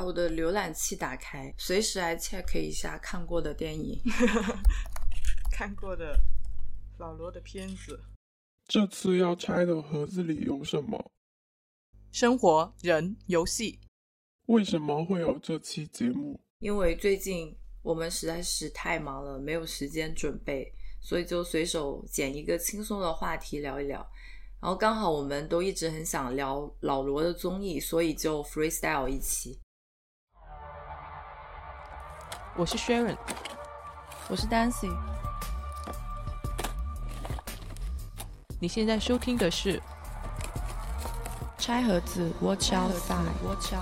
我的浏览器打开，随时来 check 一下看过的电影看过的老罗的片子。 这次要拆的盒子里有什么？ 生活、人、游戏。 为什么会有这期节目？ 因为最近我们实在是太忙了，没有时间准备，所以就随手捡一个轻松的话题聊一聊。然后刚好我们都一直很想聊老罗的综艺，所以就 freestyle 一期。 我是 Sharon， 我是 Dancy。 你现在收听的是拆盒子 Watch Outside。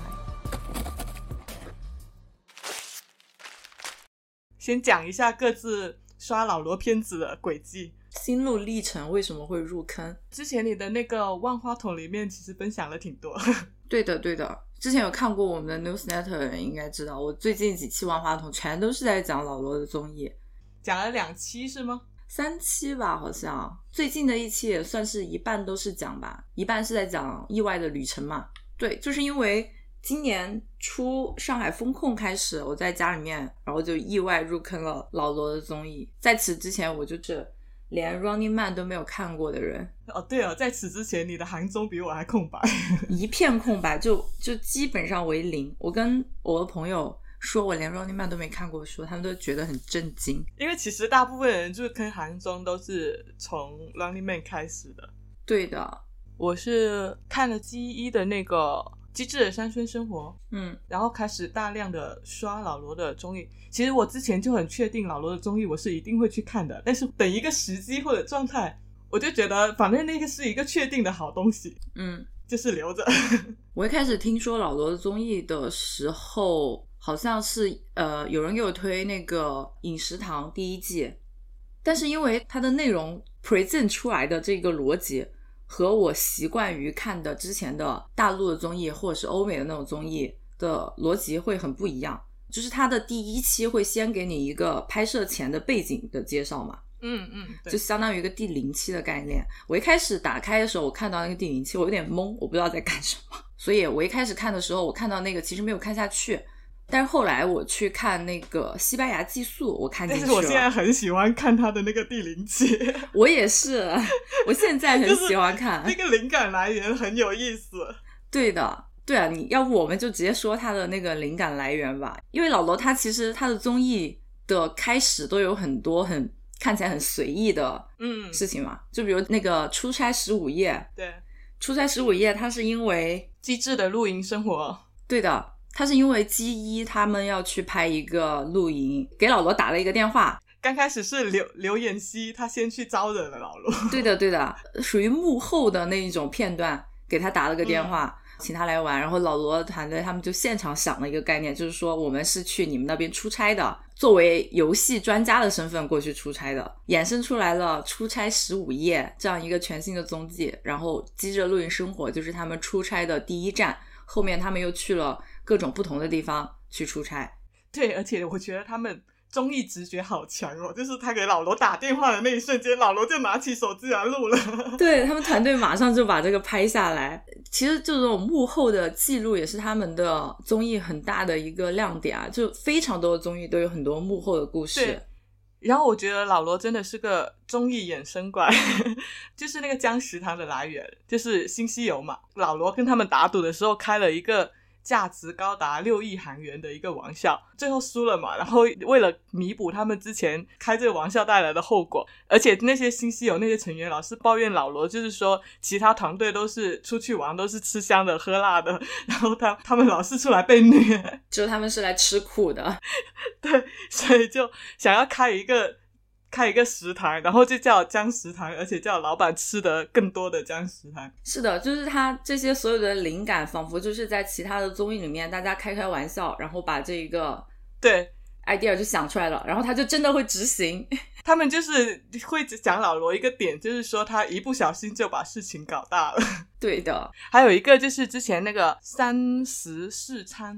先讲一下各自刷老罗片子的轨迹， 心路历程，为什么会入坑。 之前你的那个万花筒里面其实分享了挺多。 对的，之前有看过我们的 newsletter 的人应该知道，我最近几期万花筒全都是在讲老罗的综艺， 讲了2期是吗 ？3期吧，好像最近的一期也算是一半都是讲吧，一半是在讲意外的旅程嘛。对，就是因为今年初上海封控开始，我在家里面，然后就意外入坑了老罗的综艺。在此之前我就是连 Running Man 都没有看过的人。 哦，对哦，在此之前你的韩综比我还空白。 一片空白，就基本上为零。我跟我的朋友说我连 Running Man 都没看过，说他们都觉得很震惊。 因为其实大部分人就是坑韩综都是从 Running Man 开始的。 对的， 我是看了 G1 的那个机智的山村生活，然后开始大量的刷老罗的综艺。其实我之前就很确定老罗的综艺我是一定会去看的，但是等一个时机或者状态，我就觉得反正那个是一个确定的好东西，就是留着。 我一开始听说老罗的综艺的时候，好像是有人给我推那个饮食堂第1季，但是因为它的内容 present 出来的这个逻辑和我习惯于看的之前的大陆的综艺或者是欧美的那种综艺的逻辑会很不一样。就是它的第1期会先给你一个拍摄前的背景的介绍嘛， 对， 就相当于一个第0期的概念。我一开始打开的时候，我看到那个第0期，我有点懵，我不知道在干什么，所以我一开始看的时候，我看到那个其实没有看下去。但是后来我去看那个西班牙寄宿，我看进去了。 但是我现在很喜欢看他的那个第0期。 我也是，我现在很喜欢看。 那个灵感来源很有意思。 对的，对啊，你要不我们就直接说他的那个灵感来源吧。因为老罗他其实他的综艺的开始都有很多很看起来很随意的事情嘛，就比如那个出差15夜。 对， 出差15夜他是因为机智的露营生活。 对的，他是因为G1他们要去拍一个露营，给老罗打了一个电话。 刚开始是刘演熙他先去招惹了老罗。 对的，属于幕后的那一种片段，给他打了个电话，请他来玩。然后老罗团队他们就现场想了一个概念，就是说我们是去你们那边出差的，作为游戏专家的身份过去出差的，衍生出来了出差15夜这样一个全新的综艺。然后机智露营生活就是他们出差的第1站，后面他们又去了各种不同的地方去出差。 对，而且我觉得他们综艺直觉好强哦，就是他给老罗打电话的那一瞬间，老罗就拿起手机来录了。 对，他们团队马上就把这个拍下来。其实这种幕后的记录也是他们的综艺很大的一个亮点啊，就非常多的综艺都有很多幕后的故事。 对，然后我觉得老罗真的是个综艺衍生怪。就是那个江食堂的来源就是新西游嘛，老罗跟他们打赌的时候开了一个价值高达6亿韩元的一个玩笑，最后输了嘛，然后为了弥补他们之前开这个玩笑带来的后果，而且那些新西游那些成员老是抱怨老罗，就是说其他团队都是出去玩都是吃香的喝辣的，然后他们老是出来被虐， 就他们是来吃苦的。 对，所以就想要开一个食堂，然后就叫江食堂，而且叫老板吃的更多的江食堂。 是的，就是他这些所有的灵感仿佛就是在其他的综艺里面大家开开玩笑，然后把这个对 idea 就想出来了，然后他就真的会执行。 他们就是会讲老罗一个点，就是说他一不小心就把事情搞大了。 对的， 还有一个就是之前那个30试餐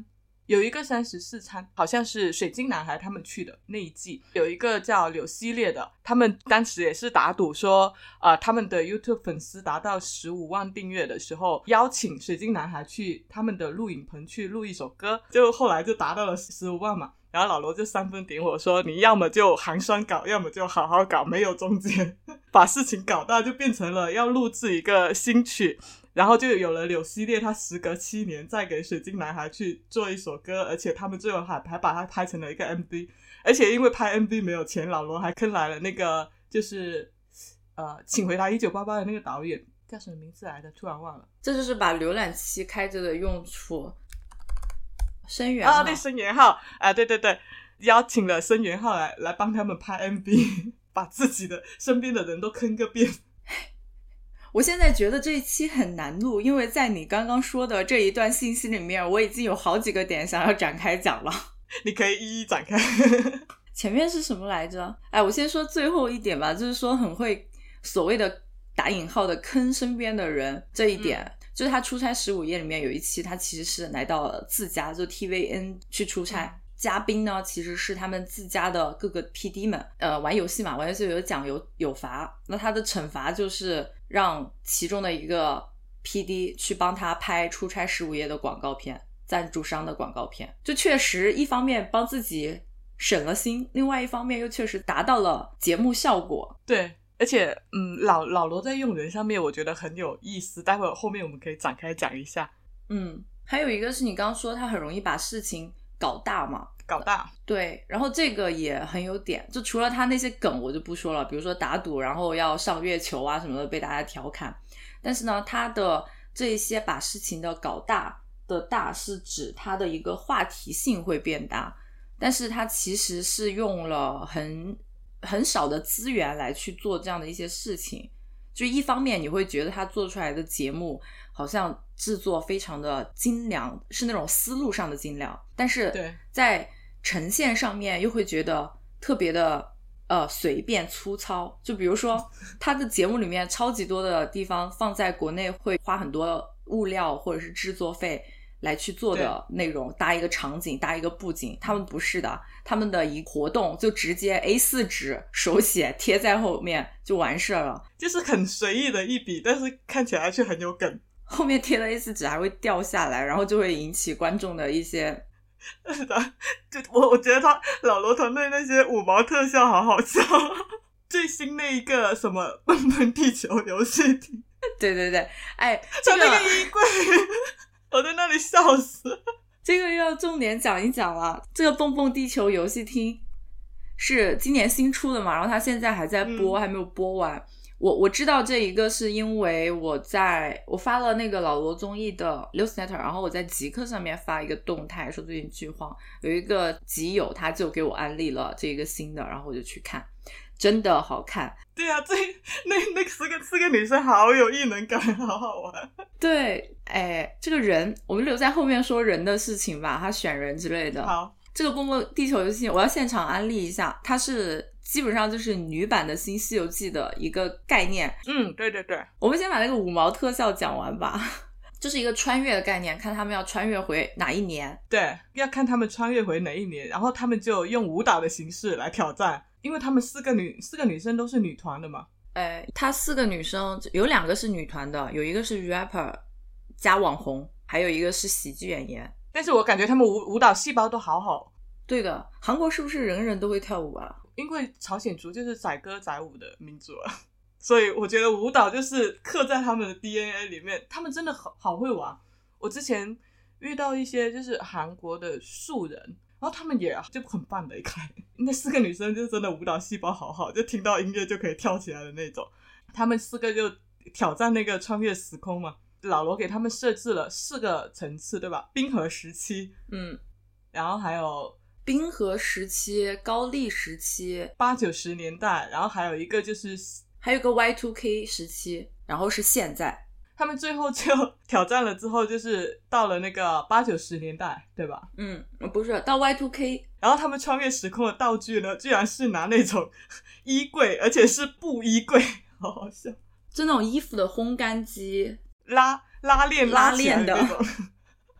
有一个34餐好像是水晶男孩他们去的那一季，有一个叫柳溪列的，他们当时也是打赌说他们的 YouTube 粉丝达到15万订阅的时候，邀请水晶男孩去他们的录影棚去录一首歌，就后来就达到了15万嘛。然后老罗就3分点火说，你要么就寒酸搞，要么就好好搞，没有中间。把事情搞大就变成了要录制一个新曲，然后就有了柳溪列他时隔7年再给水晶男孩去做一首歌，而且他们最后还把它拍成了一个 MV。 而且因为拍 MV 没有钱，老罗还坑来了那个就是请回答1988的那个导演叫什么名字来的，突然忘了。 这就是把浏览器开着的用处。申元浩对，申元浩对对对，邀请了申元浩来帮他们拍 MV 把自己的身边的人都坑个遍。 我现在觉得这一期很难录，因为在你刚刚说的这一段信息里面，我已经有好几个点想要展开讲了。 你可以一一展开。 前面是什么来着？我先说最后一点吧，就是说很会所谓的打引号的坑身边的人这一点。就是他出差15夜里面有一期，他其实是来到了自家，就 TVN 去出差。嘉宾呢其实是他们自家的各个 PD 们，玩游戏嘛，玩游戏有奖有罚，那他的惩罚就是让其中的一个 PD 去帮他拍出差15夜的广告片，赞助商的广告片。就确实一方面帮自己省了心，另外一方面又确实达到了节目效果。 对，而且老罗在用人上面我觉得很有意思，待会儿后面我们可以展开讲一下。 还有一个是你刚刚说他很容易把事情搞大嘛， 搞大。 对，然后这个也很有点，就除了他那些梗我就不说了，比如说打赌然后要上月球啊什么的被大家调侃，但是呢他的这一些把事情的搞大的大是指他的一个话题性会变大，但是他其实是用了很少的资源来去做这样的一些事情。就一方面你会觉得他做出来的节目好像制作非常的精良，是那种思路上的精良，但是在呈现上面又会觉得特别的随便粗糙。就比如说他的节目里面超级多的地方放在国内会花很多物料或者是制作费来去做的内容，搭一个场景搭一个布景，他们不是的，他们的一活动就直接 A4 纸手写贴在后面就完事了，就是很随意的一笔，但是看起来却很有梗。 后面贴的 A4 纸还会掉下来，然后就会引起观众的一些我觉得他老罗团队那些5毛特效好好笑。最新那一个什么蹦蹦地球游戏厅， 对对对， 他那个衣柜我在那里笑死。 这个又要重点讲一讲了。这个蹦蹦地球游戏厅是今年新出的嘛，然后它现在还在播，还没有播完。我知道这一个是因为我发了那个老罗综艺的 newsletter， 然后我在极客上面发一个动态说最近剧荒，有一个集友他就给我安利了这个新的，然后我就去看，真的好看。 对啊，那四个女生好有异能感，好好玩。对， 这个人我们留在后面说人的事情吧，他选人之类的。 好， 这个蹦蹦地球游戏我要现场安利一下，它是基本上就是女版的新西游记的一个概念。 对对对， 我们先把那个5毛特效讲完吧。就是一个穿越的概念，看他们要穿越回哪一年。 对，要看他们穿越回哪一年，然后他们就用舞蹈的形式来挑战，因为他们四个女生都是女团的嘛。 她4个女生有2个是女团的，有一个是 rapper 加网红，还有一个是喜剧演员。 但是我感觉他们舞蹈细胞都好好。 对的，韩国是不是人人都会跳舞啊？ 因为朝鲜族就是载歌载舞的民族啊，所以我觉得舞蹈就是刻在他们的 DNA 里面，他们真的好会玩。我之前遇到一些就是韩国的素人，然后他们也就很棒的一看，那4个女生就真的舞蹈细胞好好，就听到音乐就可以跳起来的那种。他们4个就挑战那个穿越时空嘛，老罗给他们设置了4个层次，对吧？冰河时期，然后还有冰河时期、高丽时期、 80-90年代，然后还有一个就是还有个 Y2K 时期，然后是现在。 他们最后就挑战了之后就是到了那个80-90年代，对吧？ 不是到 Y2K， 然后他们穿越时空的道具呢居然是拿那种衣柜，而且是布衣柜，好好笑， 就那种衣服的烘干机， 拉链拉起来链的那种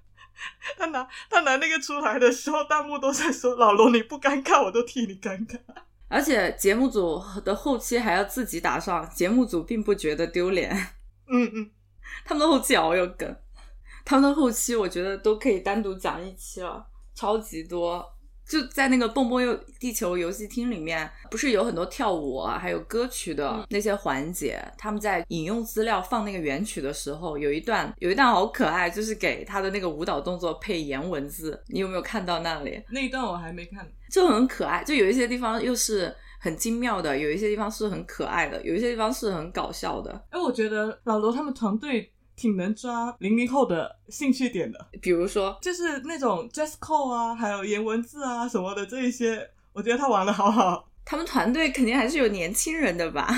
他拿那个出来的时候，弹幕都在说老罗你不尴尬我都替你尴尬。 而且节目组的后期还要自己打上，节目组并不觉得丢脸。他们的后期好有梗，他们的后期我觉得都可以单独讲一期了，超级多。就在那个蹦蹦地球游戏厅里面，不是有很多跳舞啊还有歌曲的那些环节，他们在引用资料放那个原曲的时候，有一段好可爱，就是给他的那个舞蹈动作配颜文字，你有没有看到那里？ 那一段我还没看。 就很可爱，就有一些地方又是很精妙的，有一些地方是很可爱的，有一些地方是很搞笑的。 我觉得老罗他们团队挺能抓00后的兴趣点的， 比如说就是那种 dress code 啊，还有颜文字啊什么的，这一些我觉得他玩得好好。 他们团队肯定还是有年轻人的吧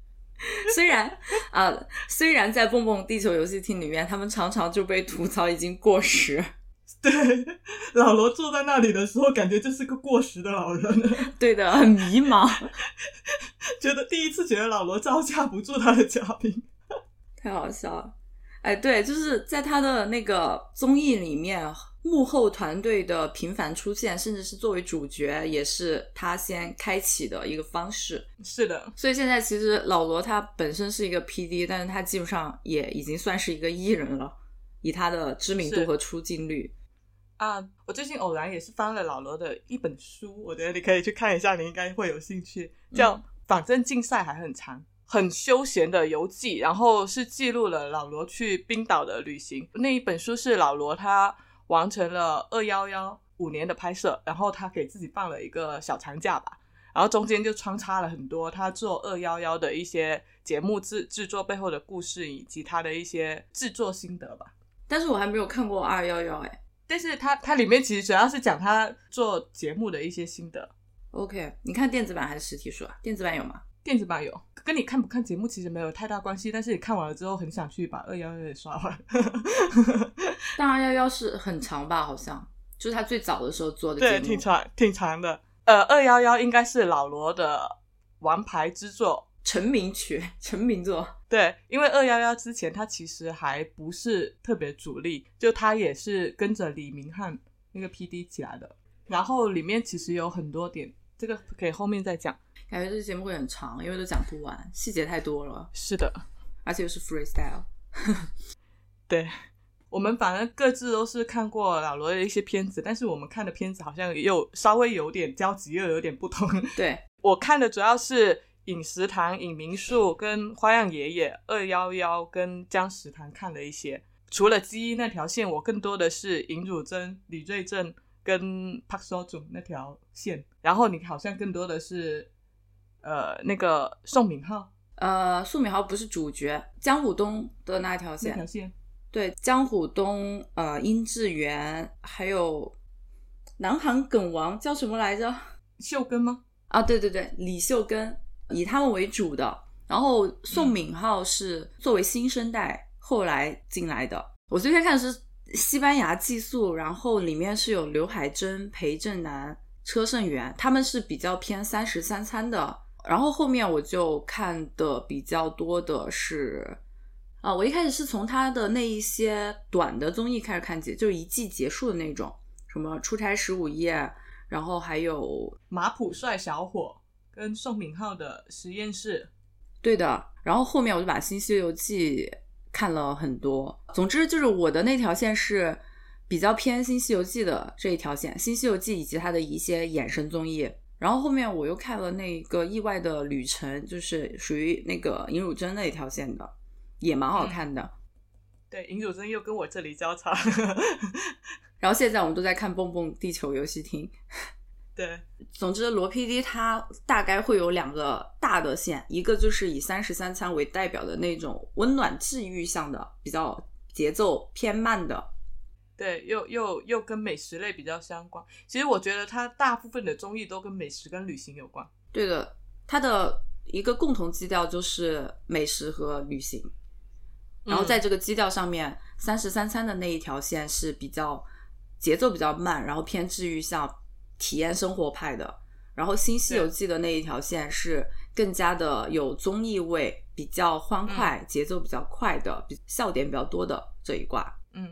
虽然在蹦蹦地球游戏厅里面，他们常常就被吐槽已经过时。 对，老罗坐在那里的时候感觉就是个过时的老人。 对的，很迷茫第一次觉得老罗招架不住他的嘉宾。 太好笑了。对，就是在他的那个综艺里面，幕后团队的频繁出现，甚至是作为主角，也是他先开启的一个方式。 是的， 所以现在其实老罗他本身是一个 PD， 但是他基本上也已经算是一个艺人了，以他的知名度和出镜率。 我最近偶然也是翻了老罗的一本书，我觉得你可以去看一下，你应该会有兴趣，叫反正竞赛还很长，很休闲的游记，然后是记录了老罗去冰岛的旅行。那一本书是老罗他完成了211 5年的拍摄，然后他给自己放了一个小长假吧，然后中间就穿插了很多他做211的一些节目制作背后的故事，以及他的一些制作心得吧。 但是我还没有看过211 但是它里面其实主要是讲他做节目的一些心得。 OK， 你看电子版还是实体书啊？电子版有吗？ 电子版有，跟你看不看节目其实没有太大关系，但是你看完了之后很想去把211也刷完。 但211是很长吧？好像就是他最早的时候做的节目。 对，挺长的。211应该是老罗的王牌之作， 成名曲、成名作。 对，因为211之前他其实还不是特别主力，就他也是跟着李明翰那个 PD 起来的，然后里面其实有很多点，这个可以后面再讲。 感觉这节目会很长，因为都讲不完，细节太多了。 是的， 而且又是 freestyle 对，我们反正各自都是看过老罗的一些片子，但是我们看的片子好像又稍微有点交集，又有点不同。 对， 我看的主要是饮食堂、影民宿跟花样爷爷，211跟姜食堂看了一些。除了基一那条线，我更多的是尹汝贞、李瑞镇跟 Park Seo-joon 那条线，然后你好像更多的是那个宋敏浩。 宋敏浩不是主角，江虎东的那条线。 那条线， 对，江虎东、殷志源，还有南韩梗王叫什么来着？ 秀根吗？ 对对对，李秀根，以他们为主的。然后宋敏浩是作为新生代后来进来的。我最先看的是西班牙寄宿，然后里面是有刘海珍、裴正南、车胜元，他们是比较偏33餐的。然后后面我就看的比较多的是我一开始是从他的那一些短的综艺开始看起，就一季结束的那种，什么出差15夜，然后还有马普帅小伙跟宋敏浩的实验室。 对的，然后后面我就把新西游记看了很多。总之就是我的那条线是比较偏新西游记的这一条线，新西游记以及它的一些衍生综艺。然后后面我又看了那个意外的旅程，就是属于那个尹汝贞那一条线的，也蛮好看的。 对，尹汝贞又跟我这里交叉。 然后现在我们都在看蹦蹦地球游戏厅。 对， 总之罗 PD 他大概会有2个大的线，一个就是以33餐为代表的那种温暖治愈向的，比较节奏偏慢的。 对，又跟美食类比较相关。其实我觉得他大部分的综艺都跟美食跟旅行有关。 对的，他的一个共同基调就是美食和旅行。然后在这个基调上面，33餐的那一条线是比较节奏比较慢，然后偏治愈向体验生活派的。然后新西游记的那一条线是更加的有综艺味，比较欢快，节奏比较快的，笑点比较多的这一挂。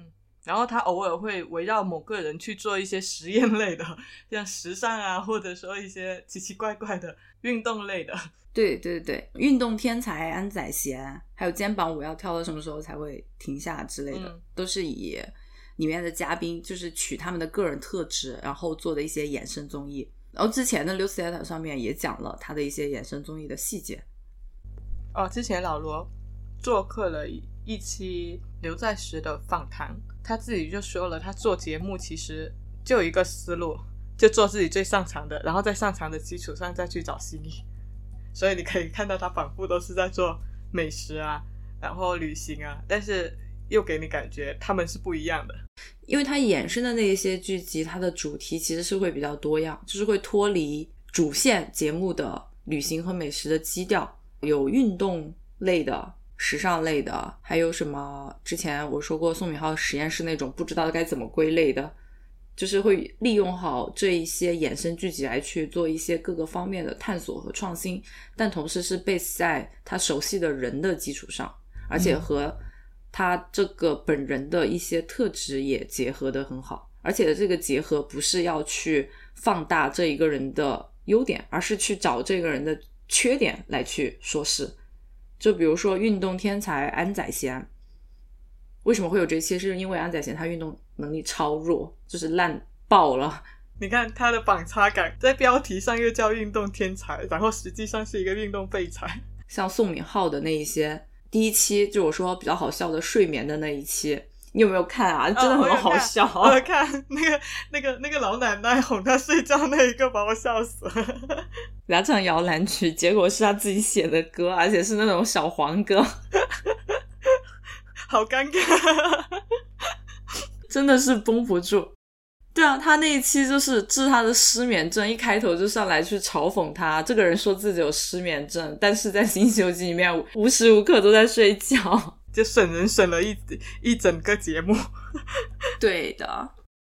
然后他偶尔会围绕某个人去做一些实验类的，像时尚啊，或者说一些奇奇怪怪的运动类的。 对对对，运动天才安宰贤，还有肩膀舞要跳到什么时候才会停下之类的，都是以里面的嘉宾就是取他们的个人特质然后做的一些衍生综艺。然后之前的 Newsletter 上面也讲了他的一些衍生综艺的细节。 之前老罗做客了一期刘在石的访谈，他自己就说了，他做节目其实就有一个思路，就做自己最擅长的，然后在擅长的基础上再去找新意。所以你可以看到他反复都是在做美食啊，然后旅行啊，但是又给你感觉他们是不一样的。 因为他衍生的那一些剧集，它的主题其实是会比较多样，就是会脱离主线节目的旅行和美食的基调，有运动类的、时尚类的，还有什么之前我说过宋敏浩实验室那种不知道该怎么归类的，就是会利用好这一些衍生剧集来去做一些各个方面的探索和创新，但同时是 base 在他熟悉的人的基础上，而且和他这个本人的一些特质也结合得很好。而且这个结合不是要去放大这一个人的优点，而是去找这个人的缺点来去说事。就比如说运动天才安宰贤，为什么会有这些，是因为安宰贤他运动能力超弱，就是烂爆了。 你看他的反差感，在标题上又叫运动天才，然后实际上是一个运动废材。 像宋敏浩的那一些，第一期就我说比较好笑的睡眠的那一期，你有没有看啊？真的很好笑。 我有看那个老奶奶哄他睡觉那一个，把我笑死了。 俩唱摇篮曲，结果是他自己写的歌，而且是那种小黄歌。 好尴尬。 真的是绷不住。对啊，他那一期就是治他的失眠症，一开头就上来去嘲讽他，这个人说自己有失眠症，但是在新西游记里面无时无刻都在睡觉， 就省人省了一整个节目。 对的。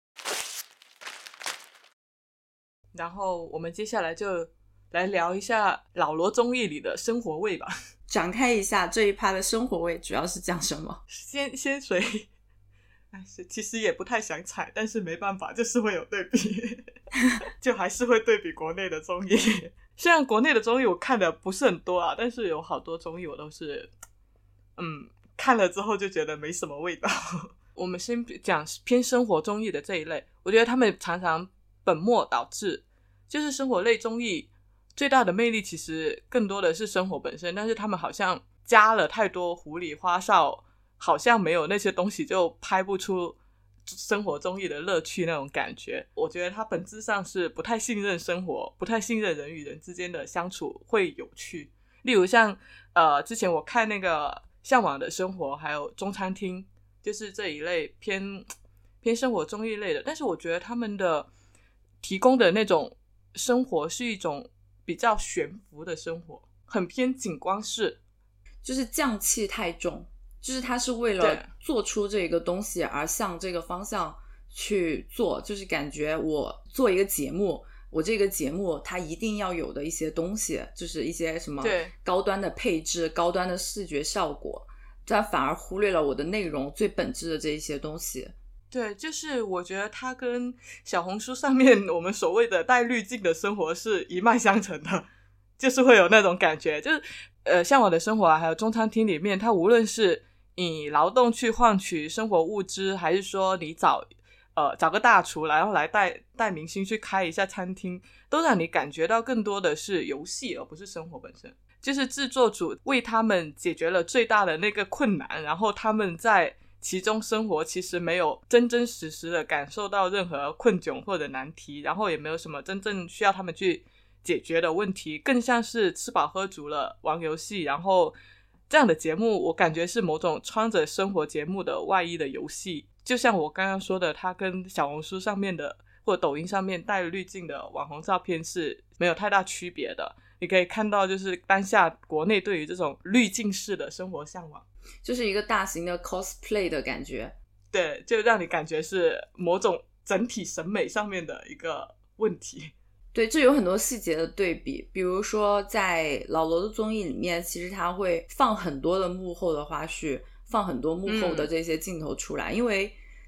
然后我们接下来就来聊一下老罗综艺里的生活味吧。 展开一下这一趴的生活味主要是讲什么？ 先随其实也不太想踩，但是没办法，就是会有对比。就还是会对比国内的综艺。虽然国内的综艺我看的不是很多啊，但是有好多综艺我都是看了之后就觉得没什么味道。我们先讲偏生活综艺的这一类，我觉得他们常常本末倒置，就是生活类综艺最大的魅力其实更多的是生活本身，但是他们好像加了太多糊里花哨，好像没有那些东西就拍不出生活综艺的乐趣那种感觉。我觉得它本质上是不太信任生活，不太信任人与人之间的相处会有趣。例如像之前我看那个向往的生活还有中餐厅，就是这一类偏生活综艺类的，但是我觉得他们的提供的那种生活是一种比较悬浮的生活，很偏景观式， 就是匠气太重，就是他是为了做出这个东西而向这个方向去做，就是感觉我做一个节目，我这个节目它一定要有的一些东西，就是一些什么高端的配置、高端的视觉效果，它反而忽略了我的内容最本质的这一些东西。 对，就是我觉得它跟小红书上面我们所谓的带滤镜的生活是一脉相承的，就是会有那种感觉。就是向往的生活啊，还有中餐厅里面，它无论是以劳动去换取生活物资，还是说你找个大厨然后来带明星去开一下餐厅，都让你感觉到更多的是游戏而不是生活本身。就是制作组为他们解决了最大的那个困难，然后他们在其中生活其实没有真真实实的感受到任何困窘或者难题，然后也没有什么真正需要他们去解决的问题，更像是吃饱喝足了玩游戏。然后这样的节目我感觉是某种穿着生活节目的外衣的游戏，就像我刚刚说的，它跟小红书上面的或抖音上面带滤镜的网红照片是没有太大区别的。你可以看到就是当下国内对于这种滤镜式的生活向往， 就是一个大型的 cosplay 的感觉。 对，就让你感觉是某种整体审美上面的一个问题。 对，这有很多细节的对比，比如说在老罗的综艺里面，其实他会放很多的幕后的花絮，放很多幕后的这些镜头出来，因为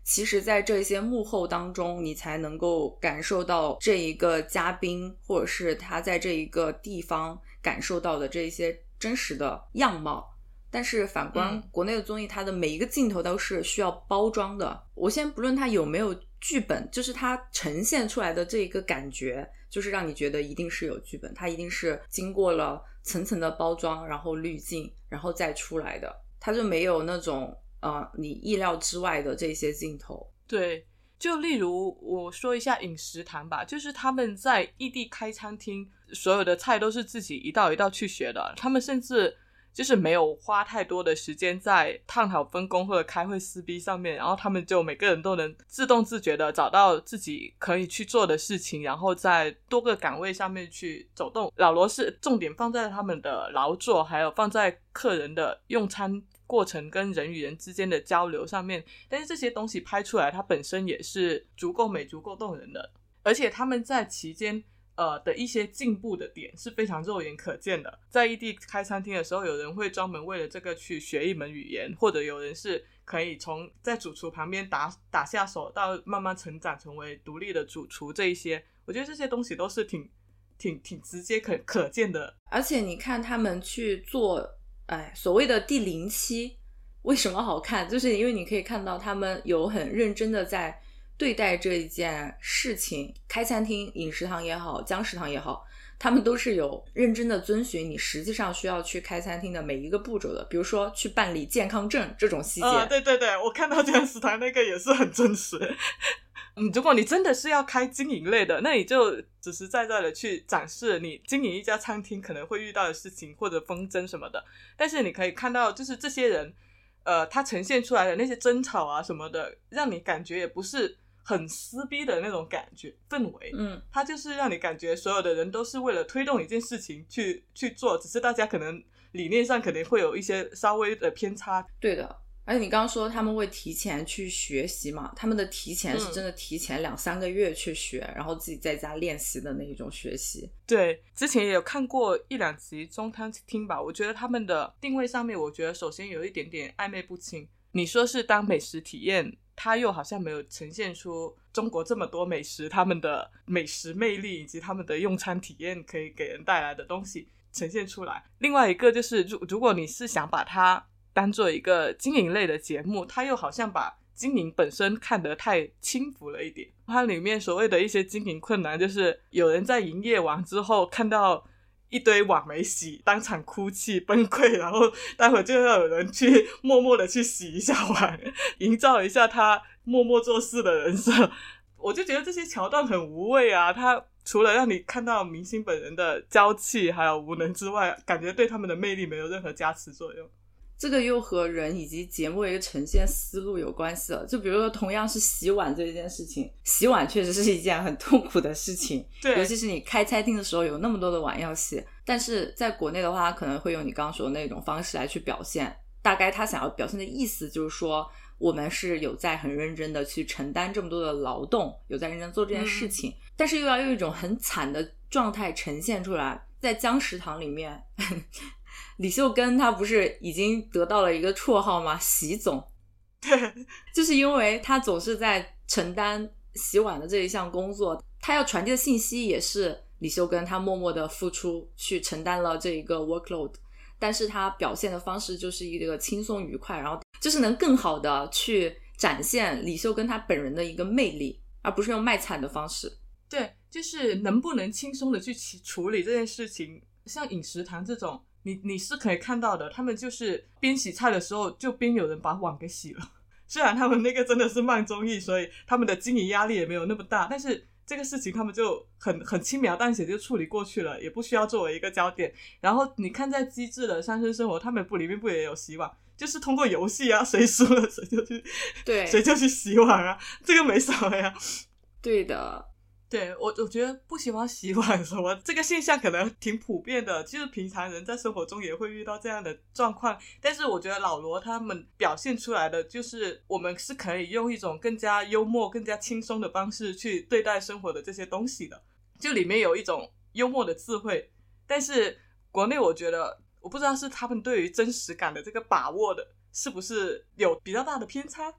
其实在这些幕后当中，你才能够感受到这一个嘉宾或者是他在这一个地方感受到的这些真实的样貌。但是反观国内的综艺，它的每一个镜头都是需要包装的。我先不论它有没有剧本，就是它呈现出来的这一个感觉，就是让你觉得一定是有剧本，它一定是经过了层层的包装，然后滤镜，然后再出来的，它就没有那种你意料之外的这些镜头。 对，就例如我说一下饮食堂吧，就是他们在异地开餐厅，所有的菜都是自己一道一道去学的，他们甚至就是没有花太多的时间在探讨分工或者开会撕逼上面，然后他们就每个人都能自动自觉的找到自己可以去做的事情，然后在多个岗位上面去走动。老罗是重点放在他们的劳作，还有放在客人的用餐过程跟人与人之间的交流上面，但是这些东西拍出来它本身也是足够美足够动人的，而且他们在期间的一些进步的点是非常肉眼可见的。在异地开餐厅的时候，有人会专门为了这个去学一门语言，或者有人是可以从在主厨旁边打下手到慢慢成长成为独立的主厨，这一些我觉得这些东西都是挺直接可见的。 而且你看他们去做所谓的第0期为什么好看，就是因为你可以看到他们有很认真的在对待这一件事情。开餐厅、饮食堂也好，江食堂也好，他们都是有认真的遵循你实际上需要去开餐厅的每一个步骤的，比如说去办理健康证这种细节。 对对对，我看到江食堂那个也是很真实。如果你真的是要开经营类的，那你就实实在在的去展示你经营一家餐厅可能会遇到的事情或者纷争什么的。但是你可以看到就是这些人他呈现出来的那些争吵啊什么的，让你感觉也不是很撕逼的那种感觉氛围，它就是让你感觉所有的人都是为了推动一件事情去做，只是大家可能理念上可能会有一些稍微的偏差。 对的，而且你刚刚说他们会提前去学习嘛，他们的提前是真的提前2-3个月去学，然后自己在家练习的那一种学习。 对，之前也有看过1-2集中餐厅吧，我觉得他们的定位上面，我觉得首先有一点点暧昧不清。你说是当美食体验，它又好像没有呈现出中国这么多美食他们的美食魅力以及他们的用餐体验可以给人带来的东西呈现出来。另外一个就是如果你是想把它当做一个经营类的节目，它又好像把经营本身看得太轻浮了一点。它里面所谓的一些经营困难，就是有人在营业完之后看到一堆碗没洗，当场哭泣崩溃，然后待会就要有人去默默的去洗一下碗，营造一下他默默做事的人设。我就觉得这些桥段很无谓啊，他除了让你看到明星本人的娇气还有无能之外，感觉对他们的魅力没有任何加持作用。 这个又和人以及节目的一个呈现思路有关系了。就比如说同样是洗碗这件事情，洗碗确实是一件很痛苦的事情， 对， 尤其是你开餐厅的时候有那么多的碗要洗。但是在国内的话，可能会用你刚刚说的那种方式来去表现，大概他想要表现的意思就是说我们是有在很认真的去承担这么多的劳动，有在认真做这件事情，但是又要用一种很惨的状态呈现出来。在江食堂里面李秀根他不是已经得到了一个绰号吗？洗总。 对， 就是因为他总是在承担洗碗的这一项工作，他要传递的信息也是李秀根他默默的付出去承担了这一个 workload， 但是他表现的方式就是一个轻松愉快，然后就是能更好的去展现李秀根他本人的一个魅力，而不是用卖惨的方式。 对，就是能不能轻松的去处理这件事情。像饮食堂这种你是可以看到的，他们就是边洗菜的时候就边有人把碗给洗了。虽然他们那个真的是慢综艺，所以他们的经营压力也没有那么大，但是这个事情他们就很轻描淡写就处理过去了，也不需要作为一个焦点。然后你看在机智的乡村生活，他们里面不也有洗碗，就是通过游戏啊，谁输了谁就去洗碗啊，这个没什么呀。 对的， 对，我觉得不喜欢洗碗什么这个现象可能挺普遍的，就是平常人在生活中也会遇到这样的状况。但是我觉得老罗他们表现出来的就是我们是可以用一种更加幽默更加轻松的方式去对待生活的这些东西的，就里面有一种幽默的智慧。但是国内我觉得我不知道是他们对于真实感的这个把握的是不是有比较大的偏差，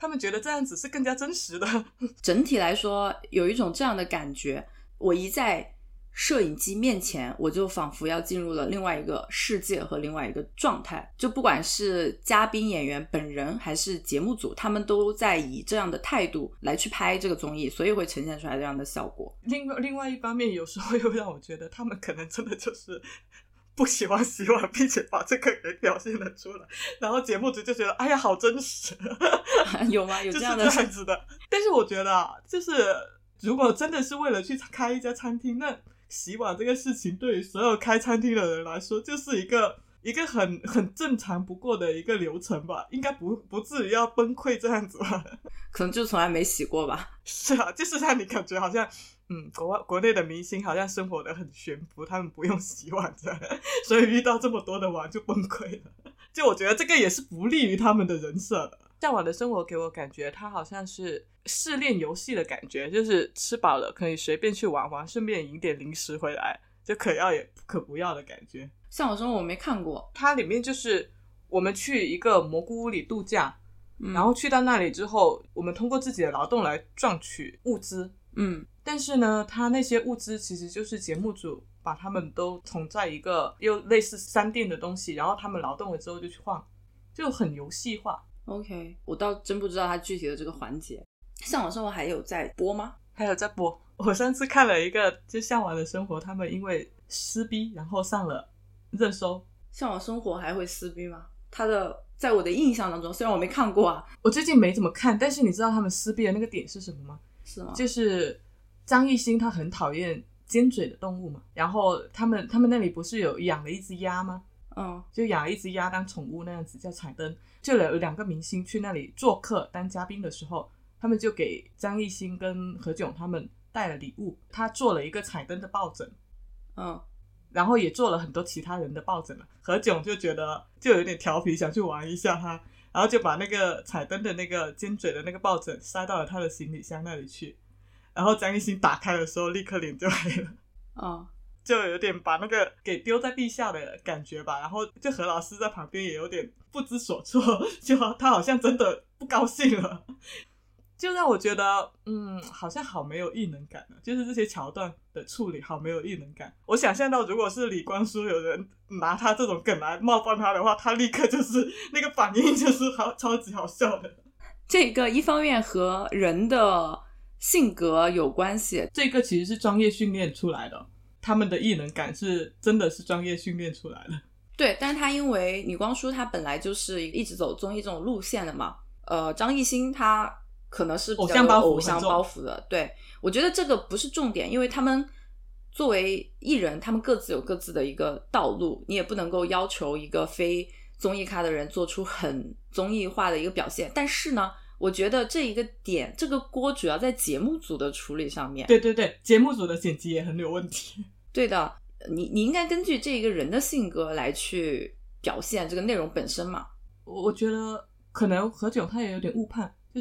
他们觉得这样子是更加真实的。 整体来说有一种这样的感觉，我一在摄影机面前，我就仿佛要进入了另外一个世界和另外一个状态，就不管是嘉宾演员本人还是节目组，他们都在以这样的态度来去拍这个综艺，所以会呈现出来这样的效果。 另外一方面，有时候又让我觉得他们可能真的就是不喜欢洗碗，并且把这个给表现了出来，然后节目组就觉得哎呀好真实有吗？有这样的？ 就是这样子的。但是我觉得啊，就是如果真的是为了去开一家餐厅，那洗碗这个事情对于所有开餐厅的人来说就是一个很正常不过的一个流程吧，应该不至于要崩溃这样子吧。 可能就从来没洗过吧。 是啊，就是让你感觉好像国内的明星好像生活得很悬浮，他们不用洗碗这样，所以遇到这么多的碗就崩溃了。就我觉得这个也是不利于他们的人设的。向往的生活给我感觉它好像是试炼游戏的感觉，就是吃饱了可以随便去玩，顺便赢点零食回来，就可要也可不要的感觉。 向往生活我没看过， 它里面就是我们去一个蘑菇屋里度假，然后去到那里之后，我们通过自己的劳动来赚取物资，但是呢它那些物资其实就是节目组把他们都统在一个又类似商店的东西，然后他们劳动了之后就去换，就很游戏化。 OK， 我倒真不知道它具体的这个环节。向往生活还有在播吗？ 还有在播。我上次看了一个就向往的生活，他们因为撕逼然后上了热搜。 向往生活还会撕逼吗？他的在我的印象当中，虽然我没看过啊， 我最近没怎么看，但是你知道他们撕逼的那个点是什么吗？ 是吗？ 就是张艺兴他很讨厌尖嘴的动物嘛，然后他们那里不是有养了一只鸭吗？就养了一只鸭当宠物那样子，叫彩灯。就有2个明星去那里做客当嘉宾的时候，他们就给张艺兴跟何炅他们带了礼物，他做了一个彩灯的抱枕，然后也做了很多其他人的抱枕了。何炅就觉得就有点调皮，想去玩一下他，然后就把那个彩灯的那个尖嘴的那个抱枕塞到了他的行李箱那里去，然后张艺兴打开的时候立刻脸就黑了，就有点把那个给丢在地下的感觉吧。然后就何老师在旁边也有点不知所措，就他好像真的不高兴了，就让我觉得好像好没有艺能感啊，就是这些桥段的处理好没有艺能感。我想象到如果是李光洙有人拿他这种梗来冒犯他的话，他立刻就是那个反应就是超级好笑的。 这个一方面和人的性格有关系， 这个其实是专业训练出来的，他们的艺能感是真的是专业训练出来的。 对，但是他因为李光洙他本来就是一直走综艺这种路线的嘛，张艺兴他可能是比较有偶像包袱的。对，我觉得这个不是重点，因为他们作为艺人，他们各自有各自的一个道路，你也不能够要求一个非综艺咖的人做出很综艺化的一个表现。但是呢，我觉得这一个点，这个锅主要在节目组的处理上面。 对对对，节目组的剪辑也很有问题。 对的，你应该根据这一个人的性格来去表现这个内容本身嘛。 我觉得可能何炅他也有点误判，就是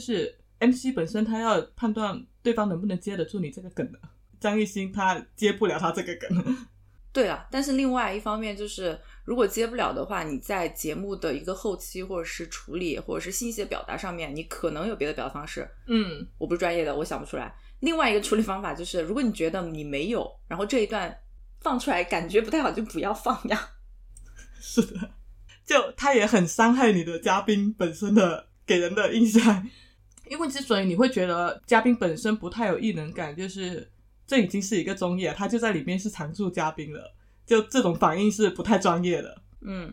MC 本身他要判断对方能不能接得住你这个梗的，张艺兴他接不了他这个梗。 对了，但是另外一方面就是如果接不了的话，你在节目的一个后期或者是处理或者是信息的表达上面，你可能有别的表达方式。我不是专业的，我想不出来。另外一个处理方法就是，如果你觉得你没有，然后这一段放出来感觉不太好，就不要放呀。 是的，就他也很伤害你的嘉宾本身的给人的印象。因为之所以你会觉得嘉宾本身不太有艺能感，就是这已经是一个综艺了，他就在里面是常驻嘉宾了，就这种反应是不太专业的。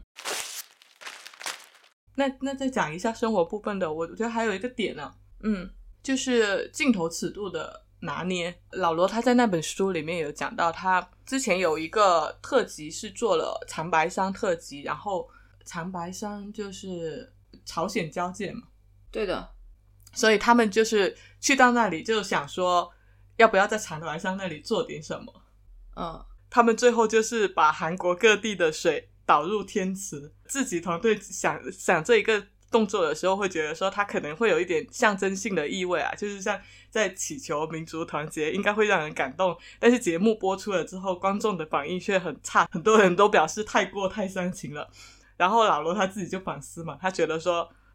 那再讲一下生活部分的，我觉得还有一个点呢，就是镜头尺度的拿捏。老罗他在那本书里面有讲到，他之前有一个特辑是做了长白山特辑，然后长白山就是朝鲜交界嘛， 对的， 所以他们就是去到那里就想说要不要在长白山那里做点什么。他们最后就是把韩国各地的水导入天池。自己团队想这一个动作的时候会觉得说它可能会有一点象征性的意味啊，就是像在祈求民族团结，应该会让人感动。但是节目播出了之后，观众的反应却很差，很多人都表示太煽情了。然后老罗他自己就反思嘛，他觉得说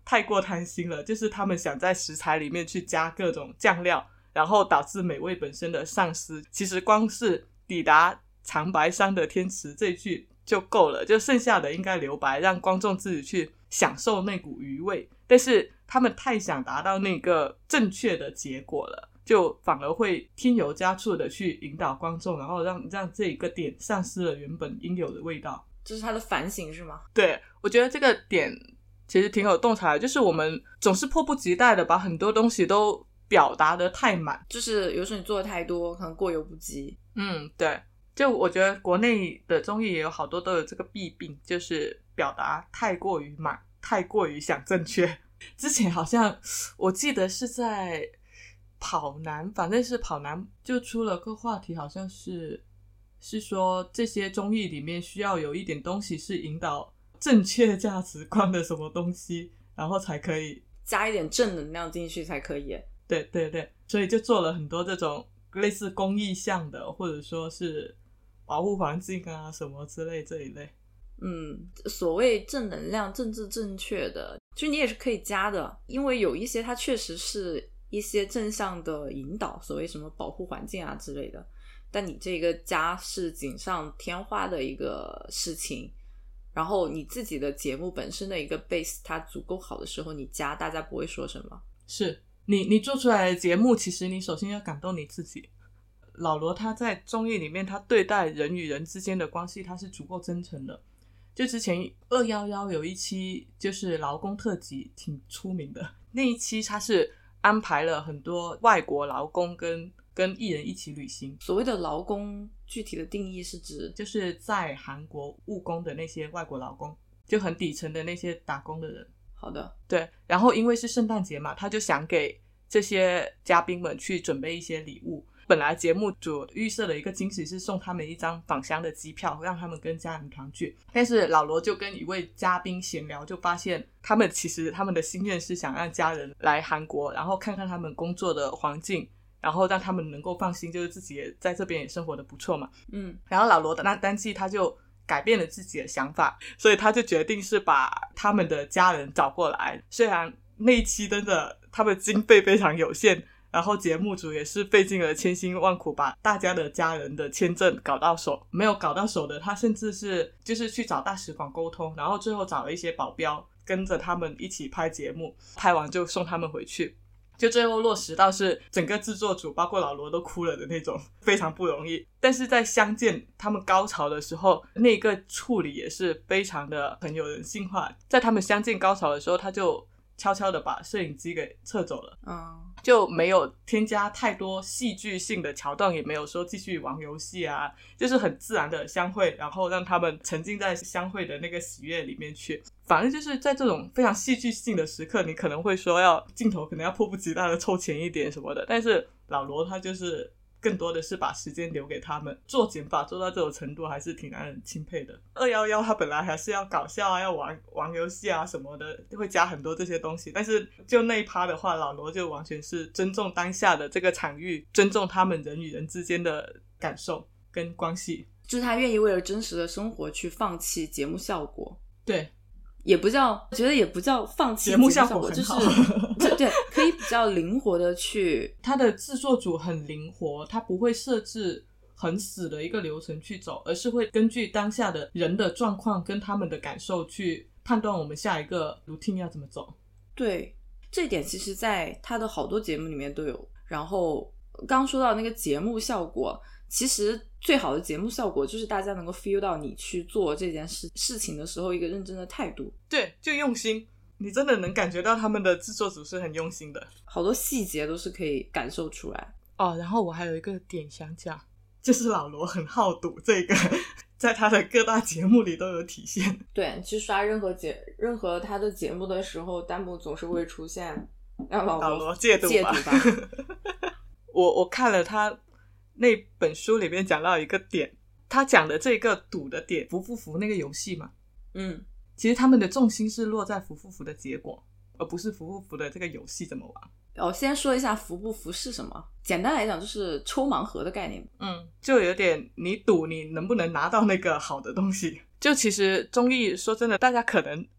太过贪心了，就是他们想在食材里面去加各种酱料，然后导致美味本身的丧失。其实光是抵达长白山的天池这一句就够了，就剩下的应该留白，让观众自己去享受那股余味。但是他们太想达到那个正确的结果了，就反而会添油加醋的去引导观众，然后让这一个点丧失了原本应有的味道。 这是他的反省是吗？ 对，我觉得这个点其实挺有洞察的，就是我们总是迫不及待的把很多东西都表达得太满， 就是有时候你做的太多，可能过犹不及。 对，就我觉得国内的综艺也有好多都有这个弊病，就是表达太过于满，太过于想正确。之前好像我记得是在跑男，反正是跑男就出了个话题，好像是说这些综艺里面需要有一点东西是引导正确价值观的什么东西，然后才可以加一点正能量进去才可以。 对对对，所以就做了很多这种类似公益项的，或者说是保护环境啊什么之类这一类。 所谓正能量政治正确的就你也是可以加的，因为有一些它确实是一些正向的引导，所谓什么保护环境啊之类的，但你这个加是锦上添花的一个事情，然后你自己的节目本身的一个 base 它足够好的时候你加大家不会说什么。 是你做出来的节目，其实你首先要感动你自己。老罗他在综艺里面他对待人与人之间的关系他是足够真诚的，就之前211有一期就是劳工特辑挺出名的，那一期他是安排了很多外国劳工跟艺人一起旅行。 所谓的劳工具体的定义是指就是在韩国务工的那些外国劳工，就很底层的那些打工的人。 好的， 对，然后因为是圣诞节嘛，他就想给这些嘉宾们去准备一些礼物。本来节目组预设了一个惊喜是送他们一张返乡的机票，让他们跟家人团聚，但是老罗就跟一位嘉宾闲聊，就发现他们其实他们的心愿是想让家人来韩国，然后看看他们工作的环境，然后让他们能够放心，就是自己也在这边也生活的不错嘛。然后老罗的那单季他就改变了自己的想法，所以他就决定是把他们的家人找过来。虽然那一期真的他们经费非常有限，然后节目组也是费尽了千辛万苦把大家的家人的签证搞到手，没有搞到手的他甚至是就是去找大使馆沟通，然后最后找了一些保镖跟着他们一起拍节目，拍完就送他们回去，就最后落实到是整个制作组包括老罗都哭了的那种，非常不容易。但是在相见他们高潮的时候，那个处理也是非常的很有人性化。在他们相见高潮的时候，他就悄悄的把摄影机给撤走了，就没有添加太多戏剧性的桥段，也没有说继续玩游戏啊，就是很自然的相会，然后让他们沉浸在相会的那个喜悦里面去。反正就是在这种非常戏剧性的时刻，你可能会说镜头可能要迫不及待的凑前一点什么的，但是老罗他就是更多的是把时间留给他们，做减法做到这种程度还是挺让人钦佩的。211他本来还是要搞笑啊，要玩游戏啊什么的，会加很多这些东西，但是就那一趴的话，老罗就完全是尊重当下的这个场域，尊重他们人与人之间的感受跟关系， 就是他愿意为了真实的生活去放弃节目效果。 对， 也不叫觉得也不叫放弃节目效果很好， 就是对，可以比较灵活的去他的制作组很灵活，他不会设置很死的一个流程去走，而是会根据当下的人的状况跟他们的感受去判断我们下一个 routine 要怎么走。 对，这一点其实在他的好多节目里面都有。然后刚说到那个节目效果，其实最好的节目效果就是大家能够 feel 到你去做这件事情的时候一个认真的态度。 对，就用心，你真的能感觉到他们的制作组是很用心的， 好多细节都是可以感受出来。 然后我还有一个点想讲，就是老罗很好赌，这个在他的各大节目里都有体现。 对，去刷任何他的节目的时候，弹幕总是会出现让老罗戒赌吧我看了他那本书里面讲到一个点，他讲的这个赌的点，服不服那个游戏嘛，其实他们的重心是落在服不服的结果，而不是服不服的这个游戏怎么玩。 先说一下服不服是什么，简单来讲就是抽盲盒的概念。 就有点你赌你能不能拿到那个好的东西。就其实综艺说真的，大家可能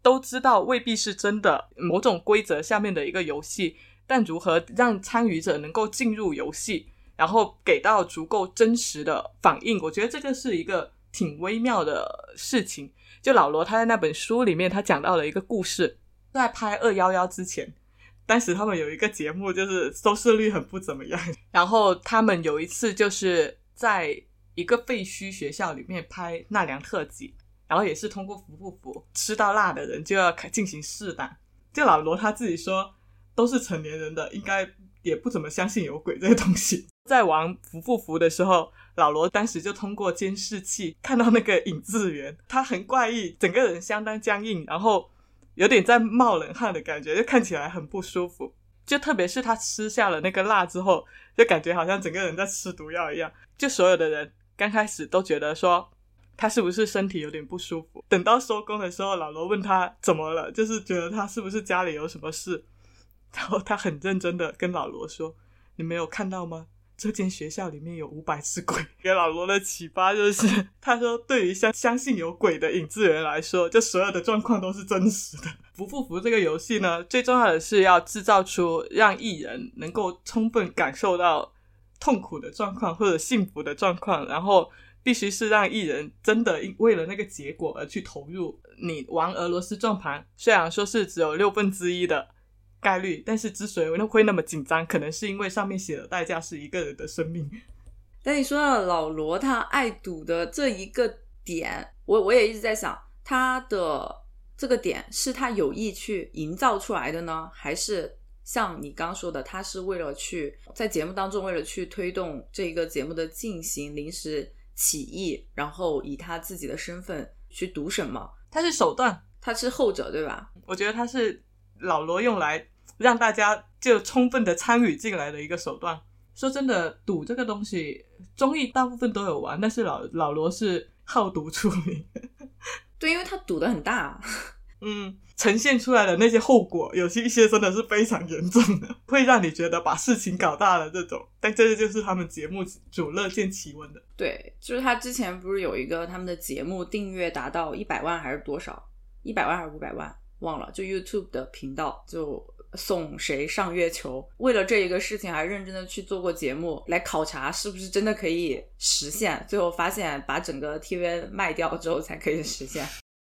都知道未必是真的某种规则下面的一个游戏，但如何让参与者能够进入游戏，然后给到足够真实的反应，我觉得这个是一个挺微妙的事情。就老罗他在那本书里面他讲到了一个故事，在拍211之前，当时他们有一个节目就是收视率很不怎么样，然后他们有一次就是在一个废墟学校里面拍纳凉特辑，然后也是通过服不服吃到辣的人就要进行试胆。就老罗他自己说都是成年人的，应该也不怎么相信有鬼这个东西。在玩服不服的时候，老罗当时就通过监视器看到那个尹志源，他很怪异，整个人相当僵硬，然后有点在冒冷汗的感觉，就看起来很不舒服。就特别是他吃下了那个辣之后，就感觉好像整个人在吃毒药一样。就所有的人刚开始都觉得说他是不是身体有点不舒服，等到收工的时候，老罗问他怎么了，就是觉得他是不是家里有什么事，然后他很认真的跟老罗说，你没有看到吗？这间学校里面有500只鬼。给老罗的启发就是他说对于相信有鬼的尹志源来说，就所有的状况都是真实的。服不服这个游戏呢，最重要的是要制造出让艺人能够充分感受到痛苦的状况或者幸福的状况，然后必须是让艺人真的为了那个结果而去投入。你玩俄罗斯转盘虽然说是只有1/6的概率，但是之所以会那么紧张，可能是因为上面写的代价是一个人的生命。 但你说到老罗他爱赌的这一个点，我也一直在想，他的这个点是他有意去营造出来的呢，还是像你刚说的，他是为了去在节目当中为了去推动这个节目的进行临时起意，然后以他自己的身份去赌什么？ 他是手段， 他是后者对吧？ 我觉得他是老罗用来让大家就充分的参与进来的一个手段。说真的，赌这个东西综艺大部分都有玩，但是老罗是好赌出名。 对，因为他赌得很大。 呈现出来的那些后果有一些真的是非常严重的，会让你觉得把事情搞大了这种，但这就是他们节目主乐见其闻的。 对，就是他之前不是有一个他们的节目订阅达到100万还是多少，100万还是500万忘了，就 YouTube 的频道就送谁上月球，为了这一个事情还认真的去做过节目来考察是不是真的可以实现，最后发现把整个 TV 卖掉之后才可以实现。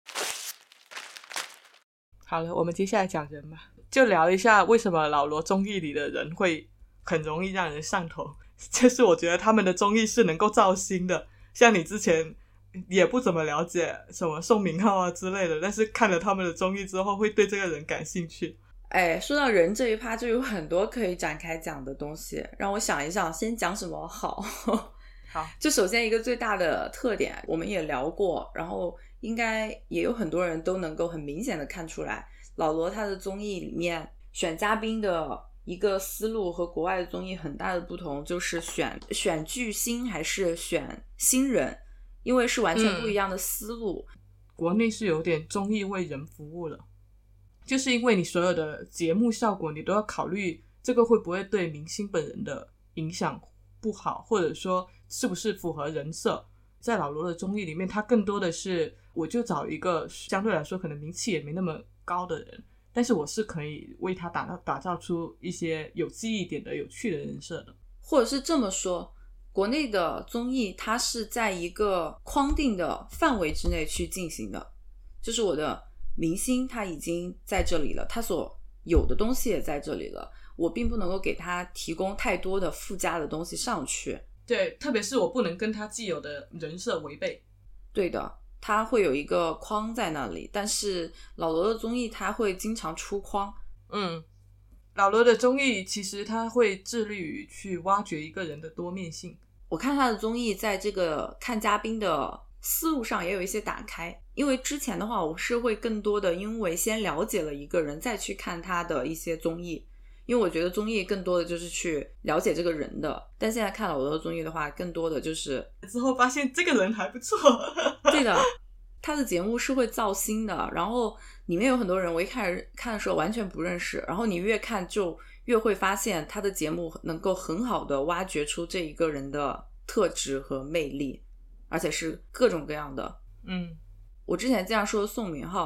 好了，我们接下来讲人吧，就聊一下为什么老罗综艺里的人会很容易让人上头。就是我觉得他们的综艺是能够造星的，像你之前也不怎么了解什么宋明浩啊之类的，但是看了他们的综艺之后会对这个人感兴趣。 说到人这一趴就有很多可以展开讲的东西，让我想一想先讲什么好。 好， 就首先一个最大的特点我们也聊过，然后应该也有很多人都能够很明显的看出来，老罗他的综艺里面选嘉宾的一个思路和国外的综艺很大的不同，就是选巨星还是选新人，因为是完全不一样的思路。 国内是有点综艺为人服务了，就是因为你所有的节目效果你都要考虑这个会不会对明星本人的影响不好，或者说是不是符合人设。在老罗的综艺里面，他更多的是我就找一个相对来说可能名气也没那么高的人，但是我是可以为他打造出一些有记忆点的有趣的人设的。 或者是这么说，国内的综艺它是在一个框定的范围之内去进行的，就是我的明星他已经在这里了，他所有的东西也在这里了，我并不能够给他提供太多的附加的东西上去。 对，特别是我不能跟他既有的人设违背。 对的，他会有一个框在那里，但是老罗的综艺他会经常出框。 老罗的综艺其实他会致力于去挖掘一个人的多面性。 我看他的综艺在这个看嘉宾的思路上也有一些打开，因为之前的话我是会更多的因为先了解了一个人再去看他的一些综艺，因为我觉得综艺更多的就是去了解这个人的，但现在看老罗的综艺的话更多的就是之后发现这个人还不错。 对的，他的节目是会造星的，然后里面有很多人我一开始看的时候完全不认识，然后你越看就越会发现他的节目能够很好的挖掘出这一个人的特质和魅力，而且是各种各样的。我之前这样说宋明浩，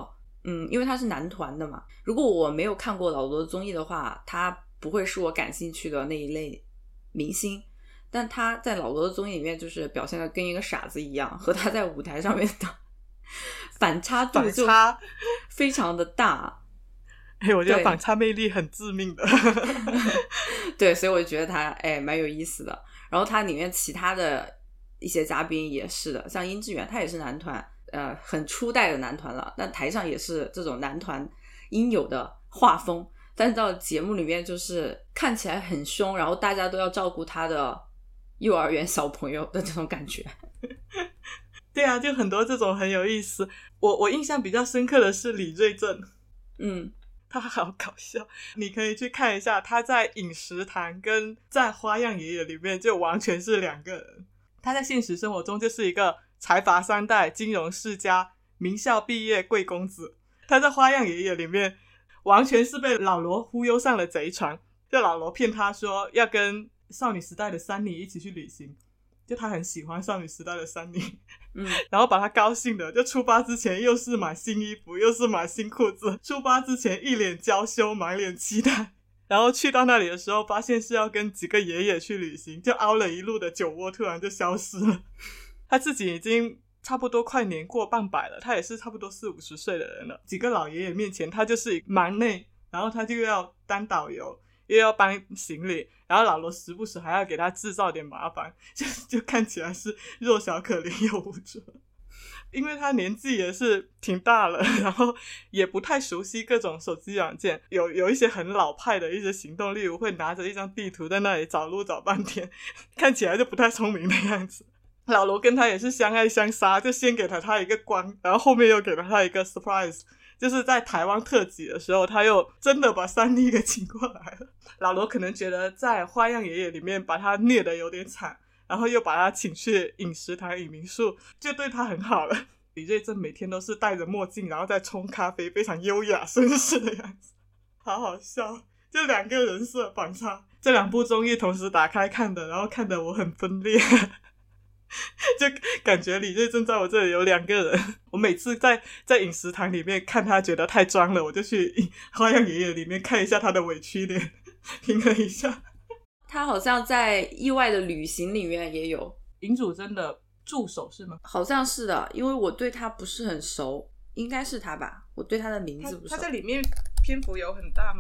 因为他是男团的嘛，如果我没有看过老罗的综艺的话，他不会是我感兴趣的那一类明星，但他在老罗的综艺里面就是表现的跟一个傻子一样，和他在舞台上面的反差度就非常的大。 我觉得反差魅力很致命的对，所以我就觉得他蛮有意思的。然后他里面其他的一些嘉宾也是的，像殷志源他也是男团很初代的男团了，但台上也是这种男团应有的画风，但是到节目里面就是看起来很凶，然后大家都要照顾他的幼儿园小朋友的这种感觉。 对啊，就很多这种很有意思。我印象比较深刻的是李瑞镇，他好搞笑，你可以去看一下他在饮食堂跟在花样爷爷里面就完全是两个人。他在现实生活中就是一个财阀三代金融世家名校毕业贵公子，他在花样爷爷里面完全是被老罗忽悠上了贼船，就老罗骗他说要跟少女时代的珊妮一起去旅行，就他很喜欢少女时代的珊妮然后把他高兴的就出发之前又是买新衣服又是买新裤子，出发之前一脸娇羞满脸期待，然后去到那里的时候发现是要跟几个爷爷去旅行，就熬了一路的酒窝突然就消失了。他自己已经差不多快年过半百了，他也是差不多40-50岁的人了，几个老爷爷面前他就是忙内，然后他就要当导游又要搬行李，然后老罗时不时还要给他制造点麻烦，就看起来是弱小可怜又无助。因为他年纪也是挺大了，然后也不太熟悉各种手机软件，有一些很老派的一些行动，例如会拿着一张地图在那里找路找半天，看起来就不太聪明的样子。老罗跟他也是相爱相杀，就先给了他一个光，然后后面又给了他一个 surprise， 就是在台湾特辑的时候他又真的把珊妮给请过来了。老罗可能觉得在花样爷爷里面把他虐得有点惨，然后又把他请去饮食堂饮民宿，就对他很好了。李瑞镇每天都是戴着墨镜然后再冲咖啡，非常优雅绅士的样子，好好笑，就两个人设反差。这两部综艺同时打开看的，然后看得我很分裂就感觉李瑞镇在我这里有两个人。我每次在饮食堂里面看他觉得太装了，我就去花样爷爷里面看一下他的委屈脸，平衡一下。 他好像在意外的旅行里面也有尹祖珍的助手是吗？ 好像是的，因为我对他不是很熟，应该是他吧，我对他的名字不熟。 他在里面篇幅有很大吗？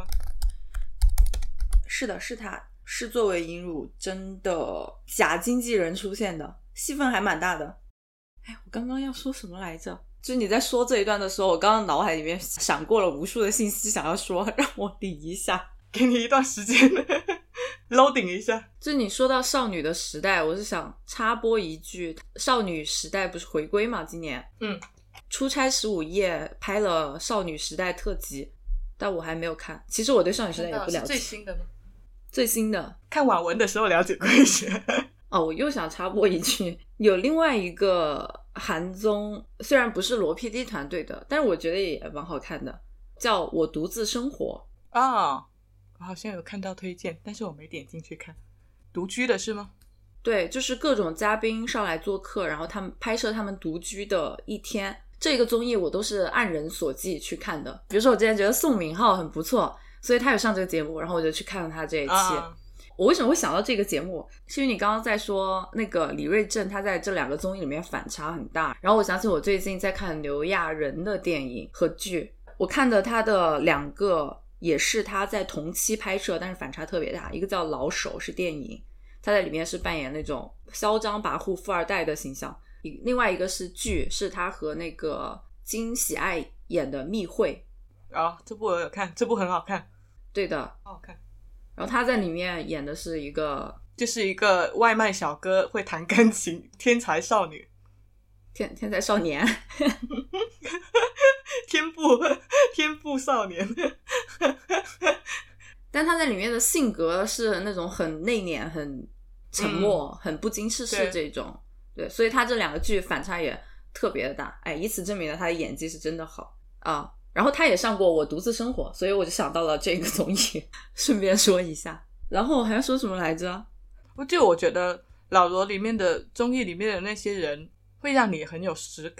是的，是他，是作为尹汝贞的假经纪人出现的，戏份还蛮大的。我刚刚要说什么来着？就是你在说这一段的时候，我刚刚脑海里面闪过了无数的信息想要说，让我理一下， 给你一段时间loading 一下。 就是你说到少女的时代，我是想插播一句，少女时代不是回归嘛，今年出差15夜拍了少女时代特辑，但我还没有看。其实我对少女时代也不了解。 是最新的吗？ 最新的， 看网文的时候了解过一些我又想插播一句，有另外一个韩综，虽然不是罗 PD 团队的，但是我觉得也蛮好看的，叫我独自生活我好像有看到推荐，但是我没点进去看。独居的是吗？ 对，就是各种嘉宾上来做客，然后他们拍摄他们独居的一天。这个综艺我都是按人所记去看的，比如说我之前觉得宋敏浩很不错，所以他有上这个节目，然后我就去看了他这一期。我为什么会想到这个节目，是因为你刚刚在说那个李瑞镇他在这两个综艺里面反差很大，然后我想起我最近在看刘亚仁的电影和剧，我看的他的两个也是他在同期拍摄，但是反差特别大。一个叫老手，是电影，他在里面是扮演那种嚣张跋扈富二代的形象。另外一个是剧，是他和那个金喜爱演的密会。 这部我有看，这部很好看。 对的， 好好看。 然后他在里面演的是一个外卖小哥，会弹钢琴，天才少女， 天才少年天赋少年但他在里面的性格是那种很内敛很沉默、很不经世事这种。对，所以他这两个剧反差也特别的大，以此证明了他的演技是真的好然后他也上过我独自生活，所以我就想到了这个综艺顺便说一下。然后我还要说什么来着？ 我觉得老罗里面的综艺里面的那些人会让你很有实感，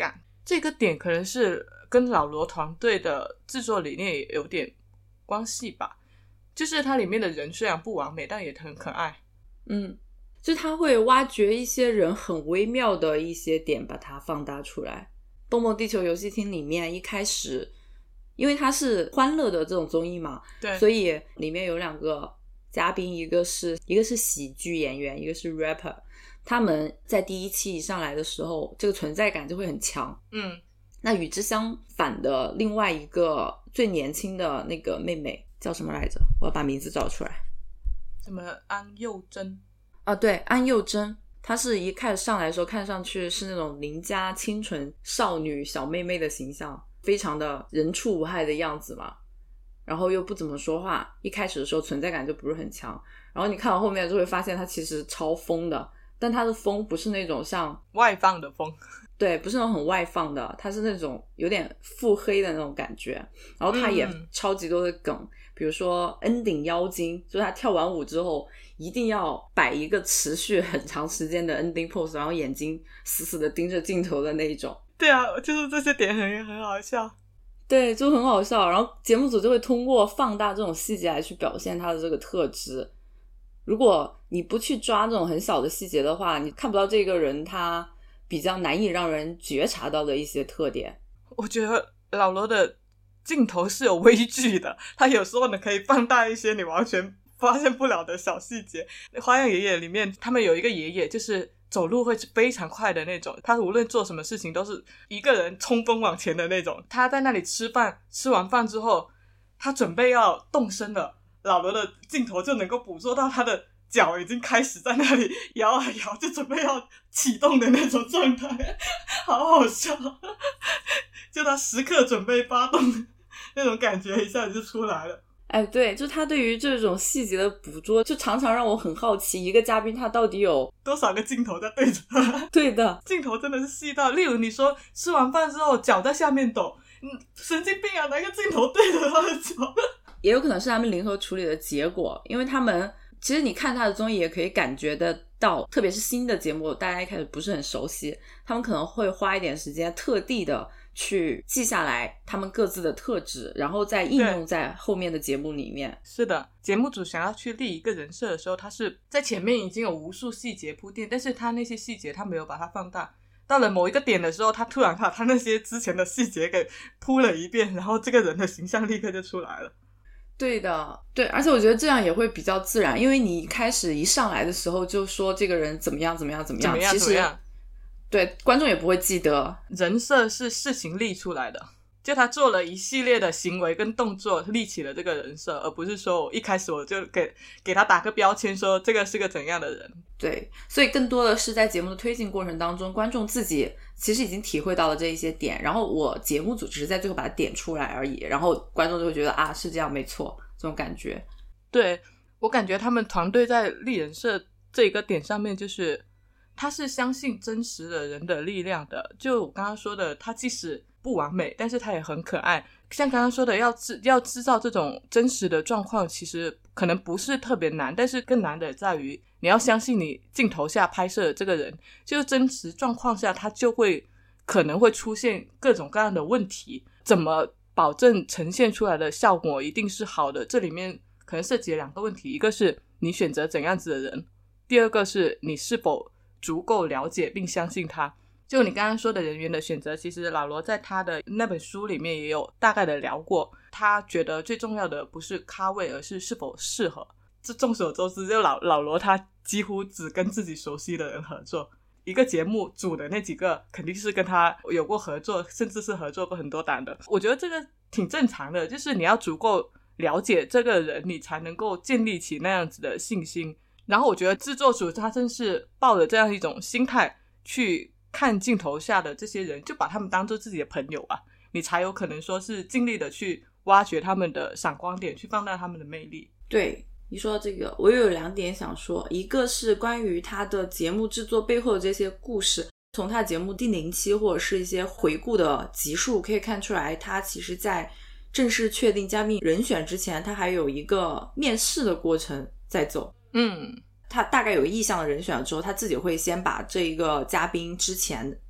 这个点可能是跟老罗团队的制作理念也有点关系吧，就是它里面的人虽然不完美，但也很可爱。 就他会挖掘一些人很微妙的一些点，把它放大出来。蹦蹦地球游戏厅里面一开始，因为它是欢乐的这种综艺嘛， 对， 所以里面有2个嘉宾，一个是喜剧演员，一个是 rapper。他们在第一期一上来的时候，这个存在感就会很强。那与之相反的另外一个最年轻的那个妹妹叫什么来着？我要把名字找出来。 什么安宥真啊，对，安宥真。她是一开始上来的时候看上去是那种邻家清纯少女小妹妹的形象，非常的人畜无害的样子嘛，然后又不怎么说话，一开始的时候存在感就不是很强，然后你看到后面就会发现她其实超疯的，但她的疯不是那种像外放的疯， 对，不是那种很外放的，她是那种有点腹黑的那种感觉，然后她也超级多的梗，比如说恩顶妖精，就是她跳完舞之后一定要摆一个持续很长时间的 ending pose， 然后眼睛死死的盯着镜头的那一种。 对啊，就是这些点很好笑。 对，就很好笑，然后节目组就会通过放大这种细节来去表现他的这个特质。如果你不去抓这种很小的细节的话，你看不到这个人他比较难以让人觉察到的一些特点。 我觉得老罗的镜头是有微距的，他有时候呢可以放大一些你完全发现不了的小细节。花样爷爷里面他们有一个爷爷就是走路会非常快的那种，他无论做什么事情都是一个人冲锋往前的那种。他在那里吃饭，吃完饭之后他准备要动身了，老罗的镜头就能够捕捉到他的脚已经开始在那里摇啊摇，就准备要启动的那种状态，好好笑，就他时刻准备发动那种感觉一下子就出来了。 哎，对，就他对于这种细节的捕捉，就常常让我很好奇，一个嘉宾他到底有多少个镜头在对着他。 对的， 镜头真的是细到，例如你说吃完饭之后脚在下面抖，神经病啊，哪个镜头对着他的脚？ 也有可能是他们零和处理的结果，因为他们其实你看他的综艺也可以感觉得到，特别是新的节目大家一开始不是很熟悉，他们可能会花一点时间特地的去记下来他们各自的特质，然后再应用在后面的节目里面。 是的，节目组想要去立一个人设的时候，他是在前面已经有无数细节铺垫，但是他那些细节他没有把它放大，到了某一个点的时候，他突然把他那些之前的细节给铺了一遍，然后这个人的形象立刻就出来了。 对的，对，而且我觉得这样也会比较自然，因为你一开始一上来的时候就说这个人怎么样怎么样怎么样，其实对观众也不会记得。 人设是事情立出来的，就他做了一系列的行为跟动作立起了这个人设，而不是说我一开始我就给他打个标签说这个是个怎样的人。 对，所以更多的是在节目的推进过程当中，观众自己其实已经体会到了这一些点，然后我节目组只是在最后把它点出来而已，然后观众就会觉得啊是这样没错，这种感觉。 对，我感觉他们团队在立人设这一个点上面，就是他是相信真实的人的力量的，就我刚刚说的，他即使不完美，但是他也很可爱。像刚刚说的要制造这种真实的状况，其实可能不是特别难，但是更难的在于你要相信你镜头下拍摄的这个人，就是真实状况下他就会可能会出现各种各样的问题，怎么保证呈现出来的效果一定是好的，这里面可能涉及了2个问题，一个是你选择怎样子的人，第二个是你是否足够了解并相信他。就你刚刚说的人员的选择，其实老罗在他的那本书里面也有大概的聊过，他觉得最重要的不是咖位，而是是否适合。这众所周知，就老罗他几乎只跟自己熟悉的人合作，一个节目组的那几个肯定是跟他有过合作，甚至是合作过很多档的。我觉得这个挺正常的，就是你要足够了解这个人，你才能够建立起那样子的信心。然后我觉得制作组他真是抱着这样一种心态去看镜头下的这些人，就把他们当做自己的朋友啊，你才有可能说是尽力的去挖掘他们的闪光点，去放大他们的魅力。 对，你说到这个我又有2点想说，一个是关于他的节目制作背后的这些故事，从他节目第0期或者是一些回顾的集数可以看出来，他其实在正式确定嘉宾人选之前，他还有一个面试的过程在走。他大概有意向的人选了之后，他自己会先把这一个嘉宾之前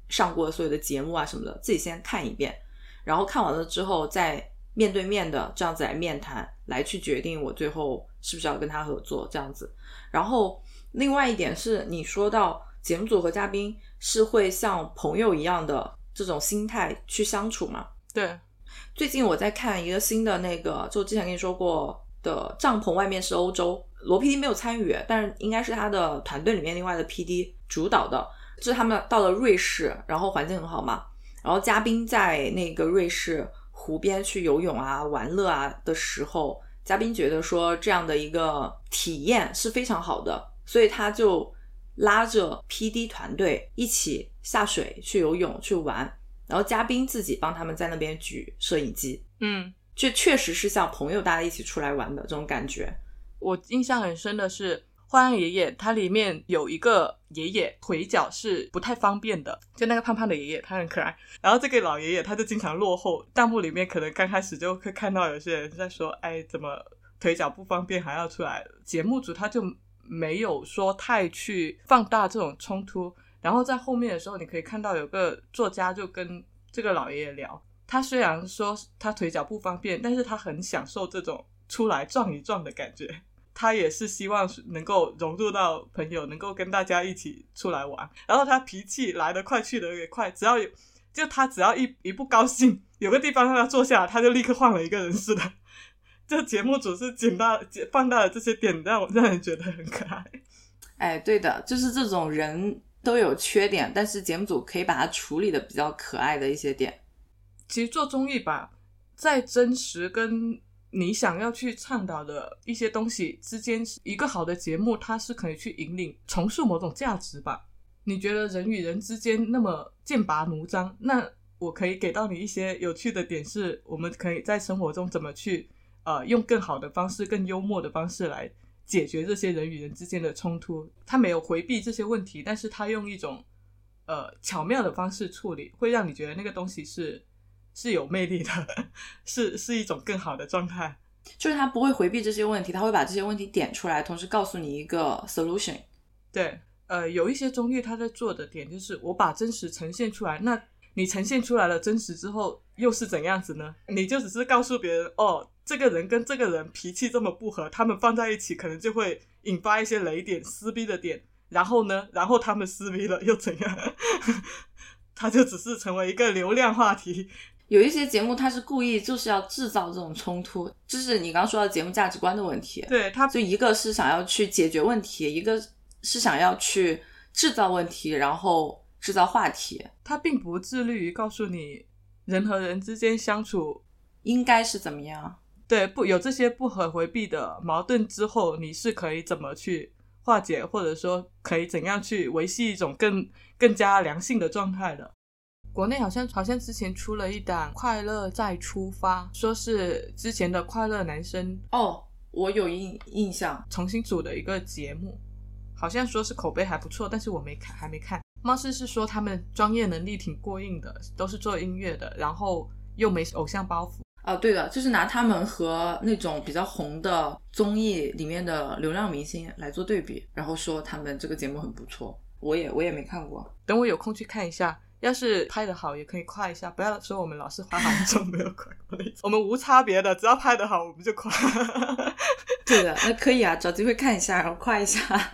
上过的所有的节目啊什么的，自己先看一遍，然后看完了之后再面对面的这样子来面谈，来去决定我最后是不是要跟他合作这样子。然后另外一点是你说到节目组和嘉宾是会像朋友一样的这种心态去相处嘛？ 对， 最近我在看一个新的那个，就之前跟你说过的帐篷外面是欧洲，罗 PD 没有参与，但是应该是他的团队里面另外的 PD 主导的，就是他们到了瑞士，然后环境很好嘛，然后嘉宾在那个瑞士湖边去游泳啊玩乐啊的时候，嘉宾觉得说这样的一个体验是非常好的，所以他就拉着 PD 团队一起下水去游泳去玩，然后嘉宾自己帮他们在那边举摄影机。这确实是像朋友大家一起出来玩的这种感觉。 我印象很深的是花样爷爷，它里面有一个爷爷腿脚是不太方便的，就那个胖胖的爷爷他很可爱，然后这个老爷爷他就经常落后，弹幕里面可能刚开始就会看到有些人在说哎，怎么腿脚不方便还要出来，节目组他就没有说太去放大这种冲突。然后在后面的时候你可以看到有个作家就跟这个老爷爷聊，他虽然说他腿脚不方便，但是他很享受这种出来撞一撞的感觉，他也是希望能够融入到朋友，能够跟大家一起出来玩。然后他脾气来得快去得也快，他只要一不高兴，有个地方让他坐下，他就立刻换了一个人似的。就节目组是放大了这些点，让人觉得很可爱。 哎，对的，就是这种人都有缺点，但是节目组可以把它处理的比较可爱的一些点。 其实做综艺吧，在真实跟你想要去倡导的一些东西之间，一个好的节目它是可以去引领重塑某种价值吧。你觉得人与人之间那么剑拔弩张，那我可以给到你一些有趣的点，是我们可以在生活中怎么去用更好的方式更幽默的方式来解决这些人与人之间的冲突。他没有回避这些问题，但是他用一种巧妙的方式处理，会让你觉得那个东西是有魅力的，是一种更好的状态。 就是他不会回避这些问题，他会把这些问题点出来，同时告诉你一个 solution。 对，有一些综艺他在做的点就是我把真实呈现出来，那你呈现出来了真实之后又是怎样子呢？你就只是告诉别人哦，这个人跟这个人脾气这么不合，他们放在一起可能就会引发一些雷点撕逼的点，然后呢，然后他们撕逼了又怎样？他就只是成为一个流量话题。 有一些节目它是故意就是要制造这种冲突，就是你刚刚说到节目价值观的问题。 对，他就一个是想要去解决问题，一个是想要去制造问题，然后制造话题。 他并不致力于告诉你人和人之间相处应该是怎么样。 对，不有这些不可回避的矛盾之后，你是可以怎么去化解，或者说可以怎样去维系一种更加良性的状态的。国内好像之前出了一档快乐再出发，说是之前的快乐男生哦，我有印象， 重新组的一个节目，好像说是口碑还不错，但是我还没看。貌似是说他们专业能力挺过硬的，都是做音乐的，然后又没偶像包袱。 对的，就是拿他们和那种比较红的综艺里面的流量明星来做对比，然后说他们这个节目很不错。我也没看过， 等我有空去看一下。要是拍得好也可以夸一下，不要说我们老是夸韩综没有夸过那种。我们无差别的，只要拍得好我们就夸。 对的，那可以啊，找机会看一下然后夸一下。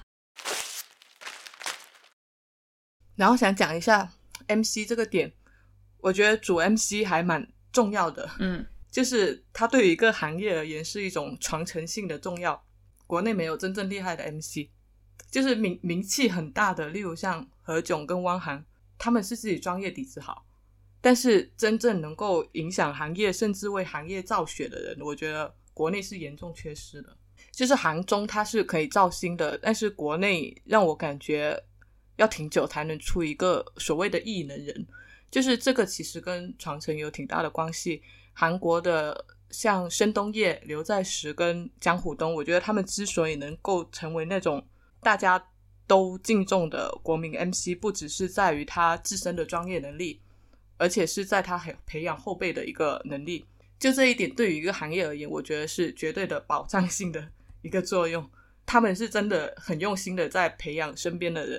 然后想讲一下 MC 这个点，我觉得主 MC 还蛮重要的。就是它对于一个行业而言是一种传承性的重要。国内没有真正厉害的 MC， 就是名气很大的，例如像何炅跟汪涵，他们是自己专业底子好，但是真正能够影响行业甚至为行业造血的人，我觉得国内是严重缺失的。就是韩综它是可以造星的，但是国内让我感觉要挺久才能出一个所谓的艺能人，就是这个其实跟传承有挺大的关系。韩国的像申东烨、刘在石跟姜虎东，我觉得他们之所以能够成为那种大家都敬重的国民 MC， 不只是在于他自身的专业能力，而且是在他培养后辈的一个能力。就这一点对于一个行业而言，我觉得是绝对的保障性的一个作用。他们是真的很用心的在培养身边的人，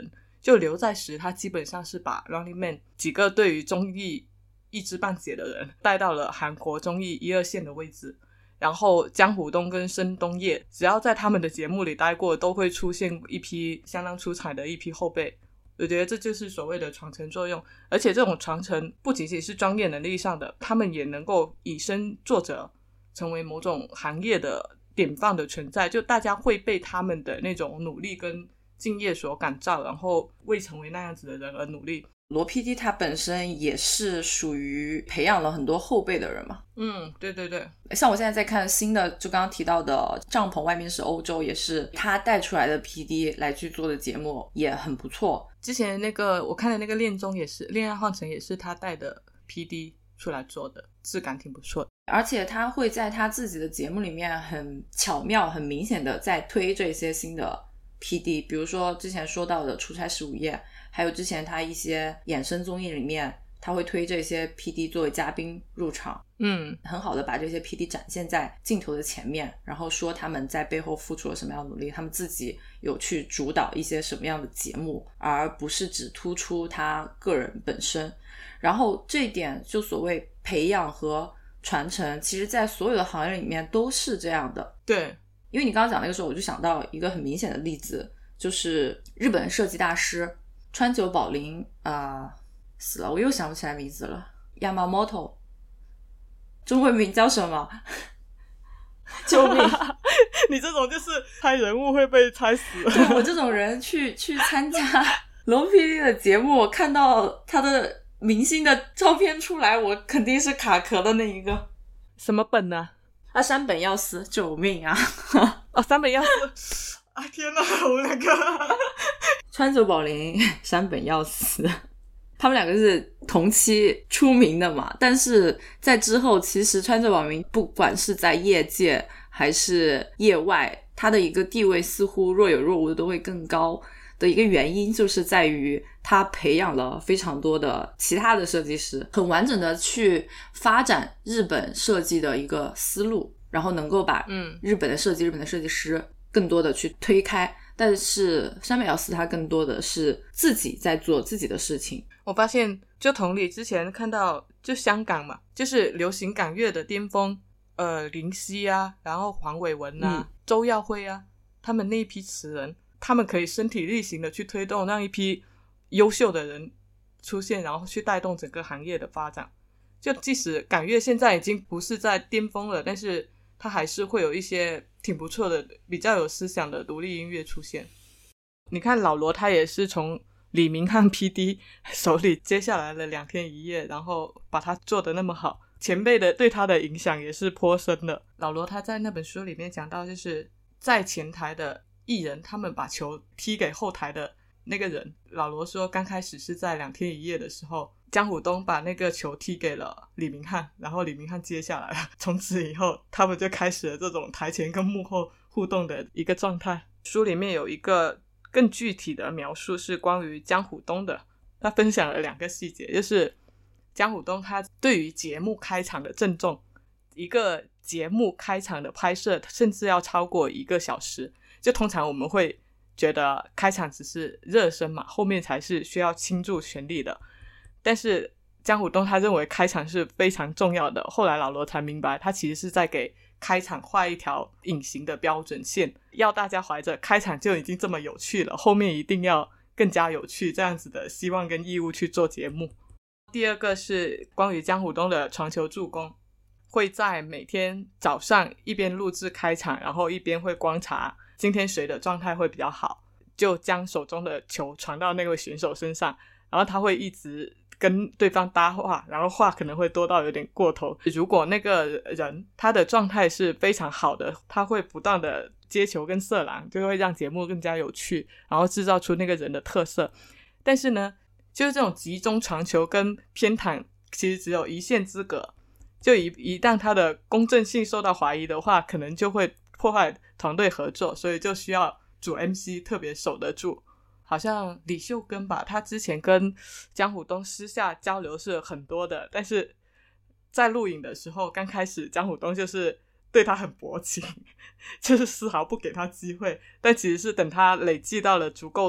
就刘在石他基本上是把 Running Man 几个对于综艺一知半解的人带到了韩国综艺1、2线的位置，然后江虎东跟申东烨只要在他们的节目里待过，都会出现一批相当出彩的一批后辈。我觉得这就是所谓的传承作用，而且这种传承不仅仅是专业能力上的，他们也能够以身作则，成为某种行业的典范的存在，就大家会被他们的那种努力跟敬业所感召，然后为成为那样子的人而努力。 罗 PD 他本身也是属于培养了很多后辈的人嘛。 对对对， 像我现在在看新的，就刚刚提到的帐篷外面是欧洲，也是他带出来的 PD 来去做的节目，也很不错。 之前那个我看的那个恋综也是，恋爱换乘也是他带的 PD 出来做的，质感挺不错的。 而且他会在他自己的节目里面很巧妙很明显的在推这些新的 PD， 比如说之前说到的出差15夜，还有之前他一些衍生综艺里面他会推这些 PD 作为嘉宾入场，很好的把这些 PD 展现在镜头的前面，然后说他们在背后付出了什么样的努力，他们自己有去主导一些什么样的节目，而不是只突出他个人本身。然后这一点就所谓培养和传承，其实在所有的行业里面都是这样的。 对， 因为你刚刚讲那个时候，我就想到一个很明显的例子，就是日本设计大师川久保玲死了，我又想不起来名字了。Yamamoto 中文名叫什么？救命！ 你这种就是猜人物会被猜死。 对，我这种人去参加龙 PD 的节目，我看到他的明星的照片出来，我肯定是卡壳的那一个。 什么本呢？ 山本耀司，救命啊！ 山本耀司啊，天哪，我们两个川久保玲、山本耀司，他们两个是同期出名的嘛，但是在之后其实川久保玲不管是在业界还是业外，他的一个地位似乎若有若无的都会更高的一个原因，就是在于他培养了非常多的其他的设计师，很完整的去发展日本设计的一个思路，然后能够把日本的设计、日本的设计师更多的去推开。但是山本耀司他更多的是自己在做自己的事情。 我发现就同理，之前看到就香港嘛，就是流行港乐的巅峰林夕啊，然后黄伟文啊、周耀辉啊，他们那一批词人，他们可以身体力行的去推动，让一批优秀的人出现，然后去带动整个行业的发展。就即使港乐现在已经不是在巅峰了，但是它还是会有一些挺不错的比较有思想的独立音乐出现。你看老罗他也是从李明翰 PD 手里接下来了2天1夜，然后把他做得那么好，前辈的对他的影响也是颇深的。老罗他在那本书里面讲到，就是在前台的艺人他们把球踢给后台的那个人，老罗说刚开始是在2天1夜的时候，江虎东把那个球踢给了李明翰，然后李明翰接下来了，从此以后他们就开始了这种台前跟幕后互动的一个状态。书里面有一个更具体的描述是关于江虎东的，他分享了2个细节，就是江虎东他对于节目开场的郑重，一个节目开场的拍摄甚至要超过1个小时，就通常我们会觉得开场只是热身嘛，后面才是需要倾注全力的，但是江虎东他认为开场是非常重要的。后来老罗才明白，他其实是在给开场画一条隐形的标准线，要大家怀着开场就已经这么有趣了，后面一定要更加有趣这样子的希望跟义务去做节目。第二个是关于江虎东的传球助攻，会在每天早上一边录制开场，然后一边会观察今天谁的状态会比较好，就将手中的球传到那位选手身上，然后他会一直跟对方搭话，然后话可能会多到有点过头。如果那个人他的状态是非常好的，他会不断的接球跟射篮，就会让节目更加有趣，然后制造出那个人的特色。但是呢，就是这种集中传球跟偏袒其实只有一线之隔，就一旦他的公正性受到怀疑的话，可能就会破坏团队合作，所以就需要主 MC 特别守得住。好像李秀根吧，他之前跟江虎东私下交流是很多的，但是在录影的时候刚开始江虎东就是对他很薄情，就是丝毫不给他机会，但其实是等他累积到了足够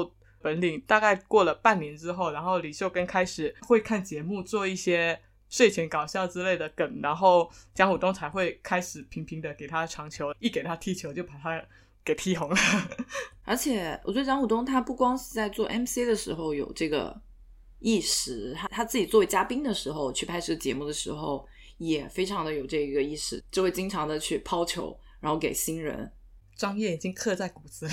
本领。大概过了半年之后，然后李秀根开始会看节目，做一些睡前搞笑之类的梗，然后江虎东才会开始频频的给他传球，一给他踢球就把他给踢红了。 而且我觉得江虎东他不光是在做 MC 的时候有这个意识，他自己作为嘉宾的时候去拍摄节目的时候也非常的有这个意识，就会经常的去抛球然后给新人， 专业已经刻在骨子里。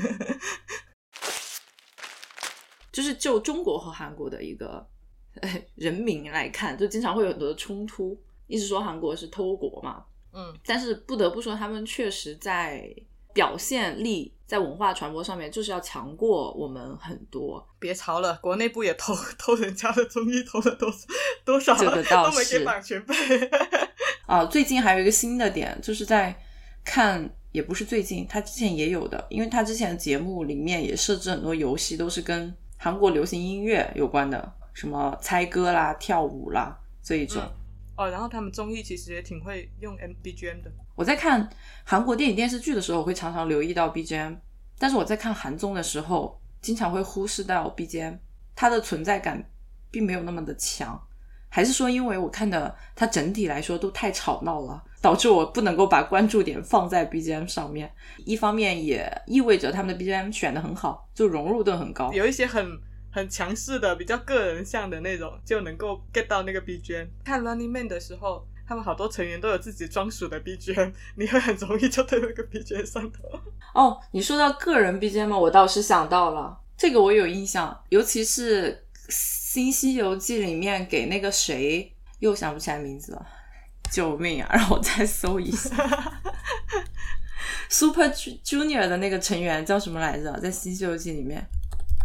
就是就中国和韩国的一个人民来看，就经常会有很多的冲突，一直说韩国是偷国嘛，但是不得不说他们确实在表现力在文化传播上面就是要强过我们很多。 别吵了，国内部也偷人家的综艺，偷了多少这个倒是都没给版权费。 最近还有一个新的点，就是在看，也不是最近，他之前也有的，因为他之前的节目里面也设置很多游戏都是跟韩国流行音乐有关的，什么猜歌啦跳舞啦这一种。 然后他们综艺其实也挺会用 BGM 的。 我在看韩国电影电视剧的时候我会常常留意到 BGM， 但是我在看韩综的时候经常会忽视到 BGM， 它的存在感并没有那么的强，还是说因为我看的它整体来说都太吵闹了，导致我不能够把关注点放在 BGM 上面。一方面也意味着他们的 BGM 选得很好，就融入度很高， 有一些很强势的比较个人向的那种就能够 get 到那个 BGM。 看 Running Man 的时候，他们好多成员都有自己专属的 BGM， 你会很容易就对那个 BGM 上头。 你说到个人 BGM 我倒是想到了，这个我有印象，尤其是新西游记里面给那个谁又想不起来名字了，救命啊，让我再搜一下。Super Junior 的那个成员叫什么来着，在新西游记里面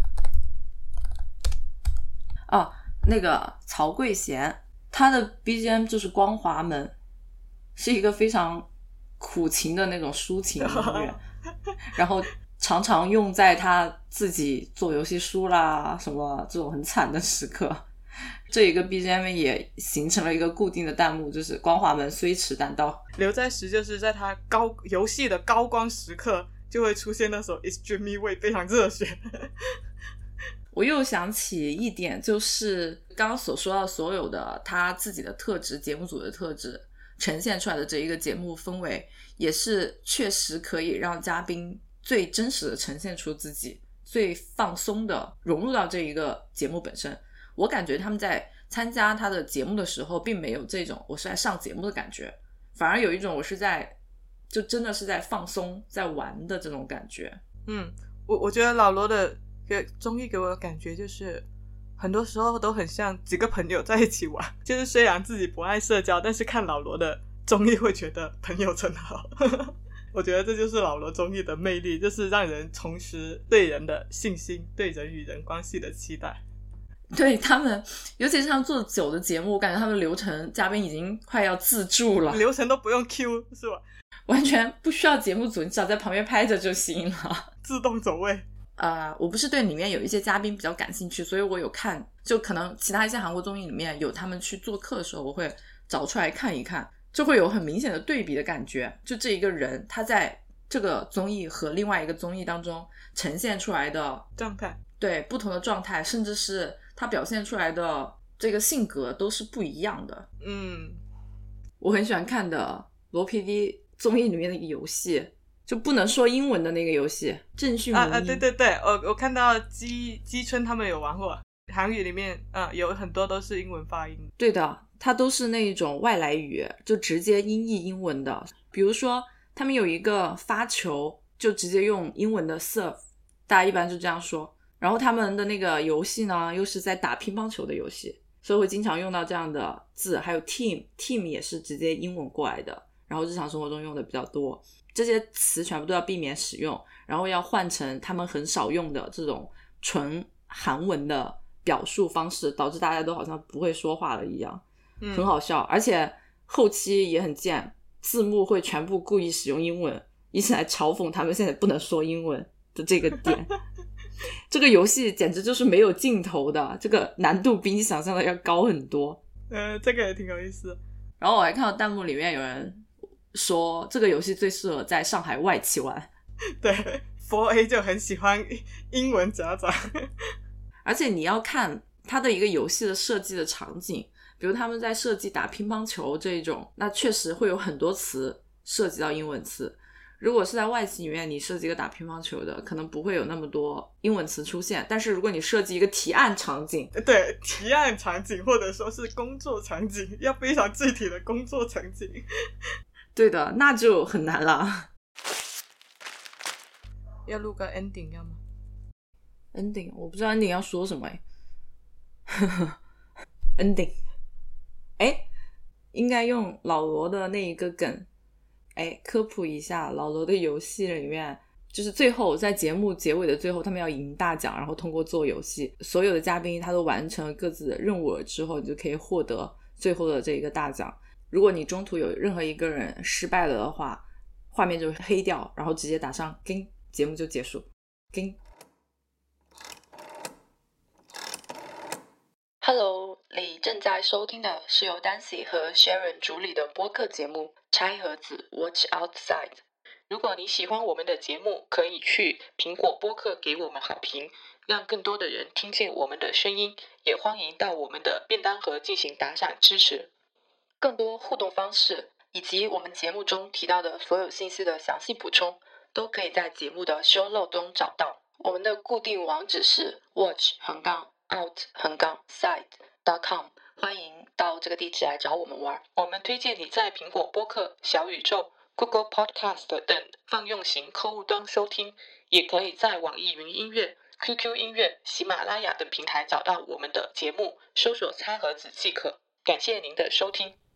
那个曹贵贤，他的 BGM 就是光华门，是一个非常苦情的那种抒情音乐，然后常常用在他自己做游戏输啦什么这种很惨的时刻。这一个 BGM 也形成了一个固定的弹幕，就是光华门虽迟但到。 刘在石就是在他游戏的高光时刻就会出现那首 It's Dreamy Way， 非常热血。 我又想起一点，就是刚刚所说到所有的他自己的特质，节目组的特质呈现出来的这一个节目氛围，也是确实可以让嘉宾最真实的呈现出自己，最放松的融入到这一个节目本身。我感觉他们在参加他的节目的时候并没有这种我是在上节目的感觉，反而有一种我是在就真的是在放松在玩的这种感觉。 我觉得老罗的综艺给我的感觉就是很多时候都很像几个朋友在一起玩，就是虽然自己不爱社交，但是看老罗的综艺会觉得朋友真好。我觉得这就是老罗综艺的魅力，就是让人重拾对人的信心，对人与人关系的期待。 对他们，尤其是他们做久的节目，我感觉他们的流程嘉宾已经快要自助了， 流程都不用 Q 是吧？ 完全不需要节目组，你只要在旁边拍着就行了， 自动走位。 我不是对里面有一些嘉宾比较感兴趣，所以我有看，就可能其他一些韩国综艺里面有他们去做客的时候，我会找出来看一看，就会有很明显的对比的感觉，就这一个人他在这个综艺和另外一个综艺当中呈现出来的状态， 对不同的状态，甚至是他表现出来的这个性格都是不一样的。我很喜欢看的罗 PD 综艺里面的一个游戏，就不能说英文的那个游戏，正训母音。 对，我看到基春他们有玩过，韩语里面有很多都是英文发音。 对的，它都是那种外来语，就直接音译英文的。比如说他们有一个发球就直接用英文的 serve， 大家一般就这样说，然后他们的那个游戏呢又是在打乒乓球的游戏，所以会经常用到这样的字。还有 team 也是直接英文过来的，然后日常生活中用的比较多，这些词全部都要避免使用，然后要换成他们很少用的这种纯韩文的表述方式，导致大家都好像不会说话了一样，很好笑。而且后期也很贱，字幕会全部故意使用英文，一起来嘲讽他们现在不能说英文的这个点。这个游戏简直就是没有尽头的，这个难度比你想象的要高很多。 这个也挺有意思。 然后我还看到弹幕里面有人说这个游戏最适合在上海外企玩。 对， 4A 就很喜欢英文夹杂。 而且你要看它的一个游戏的设计的场景，比如他们在设计打乒乓球这一种，那确实会有很多词涉及到英文词。如果是在外企里面你设计一个打乒乓球的，可能不会有那么多英文词出现，但是如果你设计一个提案场景， 对，提案场景或者说是工作场景，要非常具体的工作场景， 对的，那就很难了。 要录个 ending 要吗？ ending 我不知道 ending 要说什么ending 应该用老罗的那一个梗科普一下。老罗的游戏里面就是最后在节目结尾的最后，他们要赢大奖，然后通过做游戏，所有的嘉宾他都完成了各自的任务了之后，你就可以获得最后的这一个大奖。如果你中途有任何一个人失败了的话，画面就黑掉，然后直接打上跟，节目就结束。跟 Hello， 你正在收听的是由 Dancy 和 Sharon 主理的播客节目拆盒子 Watch Outside。 如果你喜欢我们的节目，可以去苹果播客给我们好评，让更多的人听见我们的声音，也欢迎到我们的便当盒进行打赏支持。更多互动方式以及我们节目中提到的所有信息的详细补充，都可以在节目的 show note 中找到。我们的固定网址是 watch_out_side.com， 欢迎到这个地址来找我们玩。我们推荐你在苹果播客、小宇宙、Google Podcast 等泛用型客户端收听，也可以在网易云音乐、QQ 音乐、喜马拉雅等平台找到我们的节目，搜索拆盒子即可。感谢您的收听。